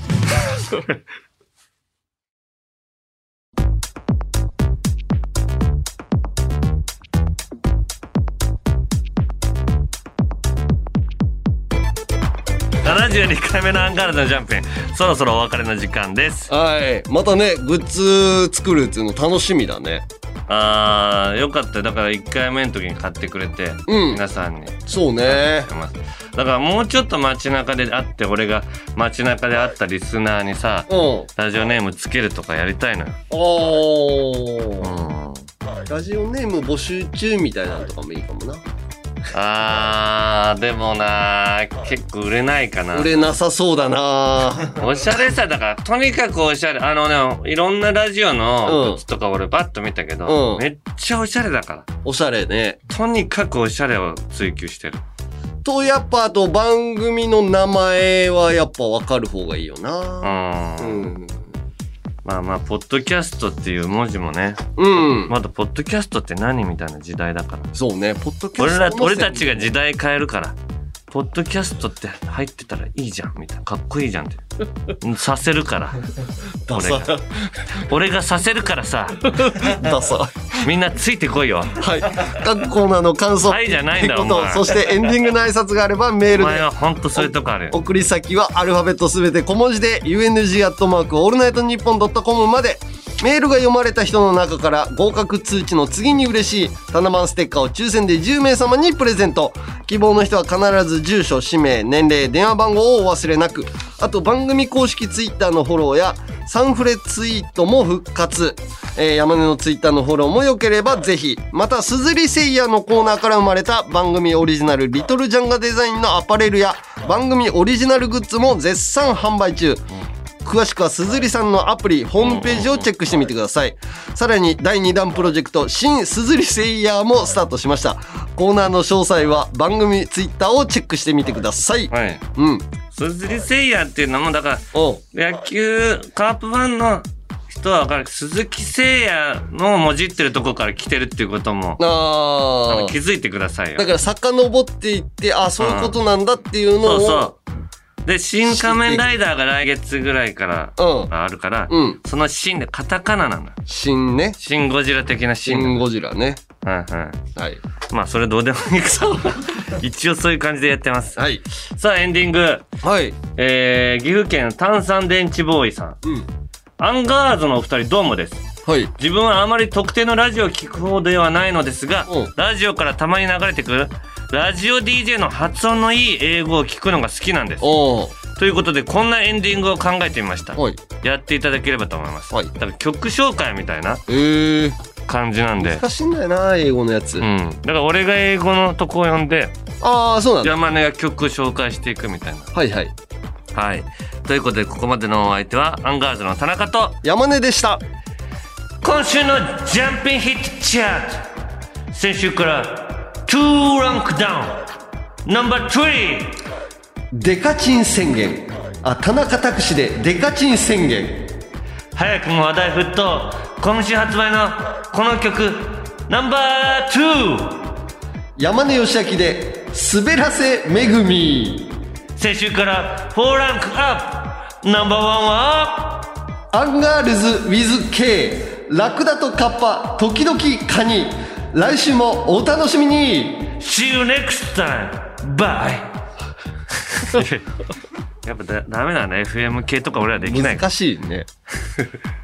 ななじゅうにかいめのアンガールズのジャンピン、そろそろお別れの時間です。 はい。またね、グッズ作るっていうの楽しみだね。 あー、よかったよ。だからいっかいめの時に買ってくれて、うん、皆さんに。 そうね。 だからもうちょっと街中で会って、俺が街中で会ったリスナーにさ、うん、ラジオネームつけるとかやりたいのよ。 おー。うん、ラジオネーム募集中みたいなのとかもいいかもな。 あー、でもなー、結構売れないかな。 売れなさそうだなおしゃれさだから、とにかくおしゃれ。あのね、いろんなラジオのグッズとか俺バッと見たけど、うん、めっちゃおしゃれだから。 おしゃれね。 とにかくおしゃれを追求してる。 と、やっぱあと番組の名前はやっぱ分かる方がいいよな。うん。うんまあまあ、ポッドキャストっていう文字もね。 うん。 まだ、ポッドキャストって何みたいな時代だから。 そうね、ポッドキャスト。 俺ら、俺たちが時代変えるから。ポッドキャストって入ってたらいいじゃんみたいな。かっこいいじゃんってさせるから俺が俺がさせるからさダサみんなついてこいよ。 はい、各コーナーの感想はいじゃないんだお前。 そしてエンディングの挨拶があればメールで。お前はほんとそういうとこあるよ。 送り先はアルファベットすべて小文字で ユーエヌジー アットマークオールナイトニッポンドットコムまで。 メールが読まれた人の中から合格通知の次に嬉しいタナマンステッカーを抽選でじゅうめいさまにプレゼント。希望の人は必ず住所、氏名、年齢、電話番号をお忘れなく。あと番組公式ツイッターのフォローやサンフレツイートも復活。えー、山根のツイッターのフォローも良ければぜひ。またすずりせいやのコーナーから生まれた番組オリジナルリトルジャンガデザインのアパレルや番組オリジナルグッズも絶賛販売中。詳しくはすずりさんのアプリホームページをチェックしてみてください。さらにだいにだんプロジェクト新すずりセイヤーもスタートしました。コーナーの詳細は番組ツイッターをチェックしてみてください。 はい、 うん。 すずりセイヤーっていうのもだから野球カープファンの人は分かる。鈴木誠也のもじってるとこから来てるっていうこともあ気づいてくださいよ。 だから遡っていってあそういうことなんだっていうのを、うん、そうそうで新仮面ライダーが来月ぐらいからあるから、うん、その新でカタカナなの。 新ね。 新ゴジラ的な新。 新ゴジラね。 はいはい。はい。まあそれどうでもいいけど一応そういう感じでやってます。 はい。 さあエンディング。 はい。 えー、岐阜県炭酸電池ボーイさん。うん。アンガールズのお二人どうもです。 はい。 自分はあまり特定のラジオを聞く方ではないのですが、ラジオからたまに流れてくるラジオ ディージェー の発音のいい英語を聞くのが好きなんです。 おということでこんなエンディングを考えてみました。やっていただければと思います。はい。だから曲紹介みたいな感じなんで。 難しいんだよな英語のやつ。 うん。だから俺が英語のとこを読んで、 ああそうなんだ。 山根が曲紹介していくみたいな。 はいはい。 はい。ということでここまでのお相手はアンガールズの田中と山根でした。 今週のジャンピンヒットチャート、先週からにランクダウン、ナンバースリーデカチン宣言。あ、田中拓司でデカチン宣言。 早くも話題沸騰、今週発売のこの曲ナンバーツー山根義明で滑らせめぐみ。 先週からフォーランクアップ、ナンバーワンはアンガールズ with K、 ラクダとカッパ時々カニ。来週もお楽しみに。 See you next time, bye やっぱだダメだね エフエム 系とか俺はできない。 難しいね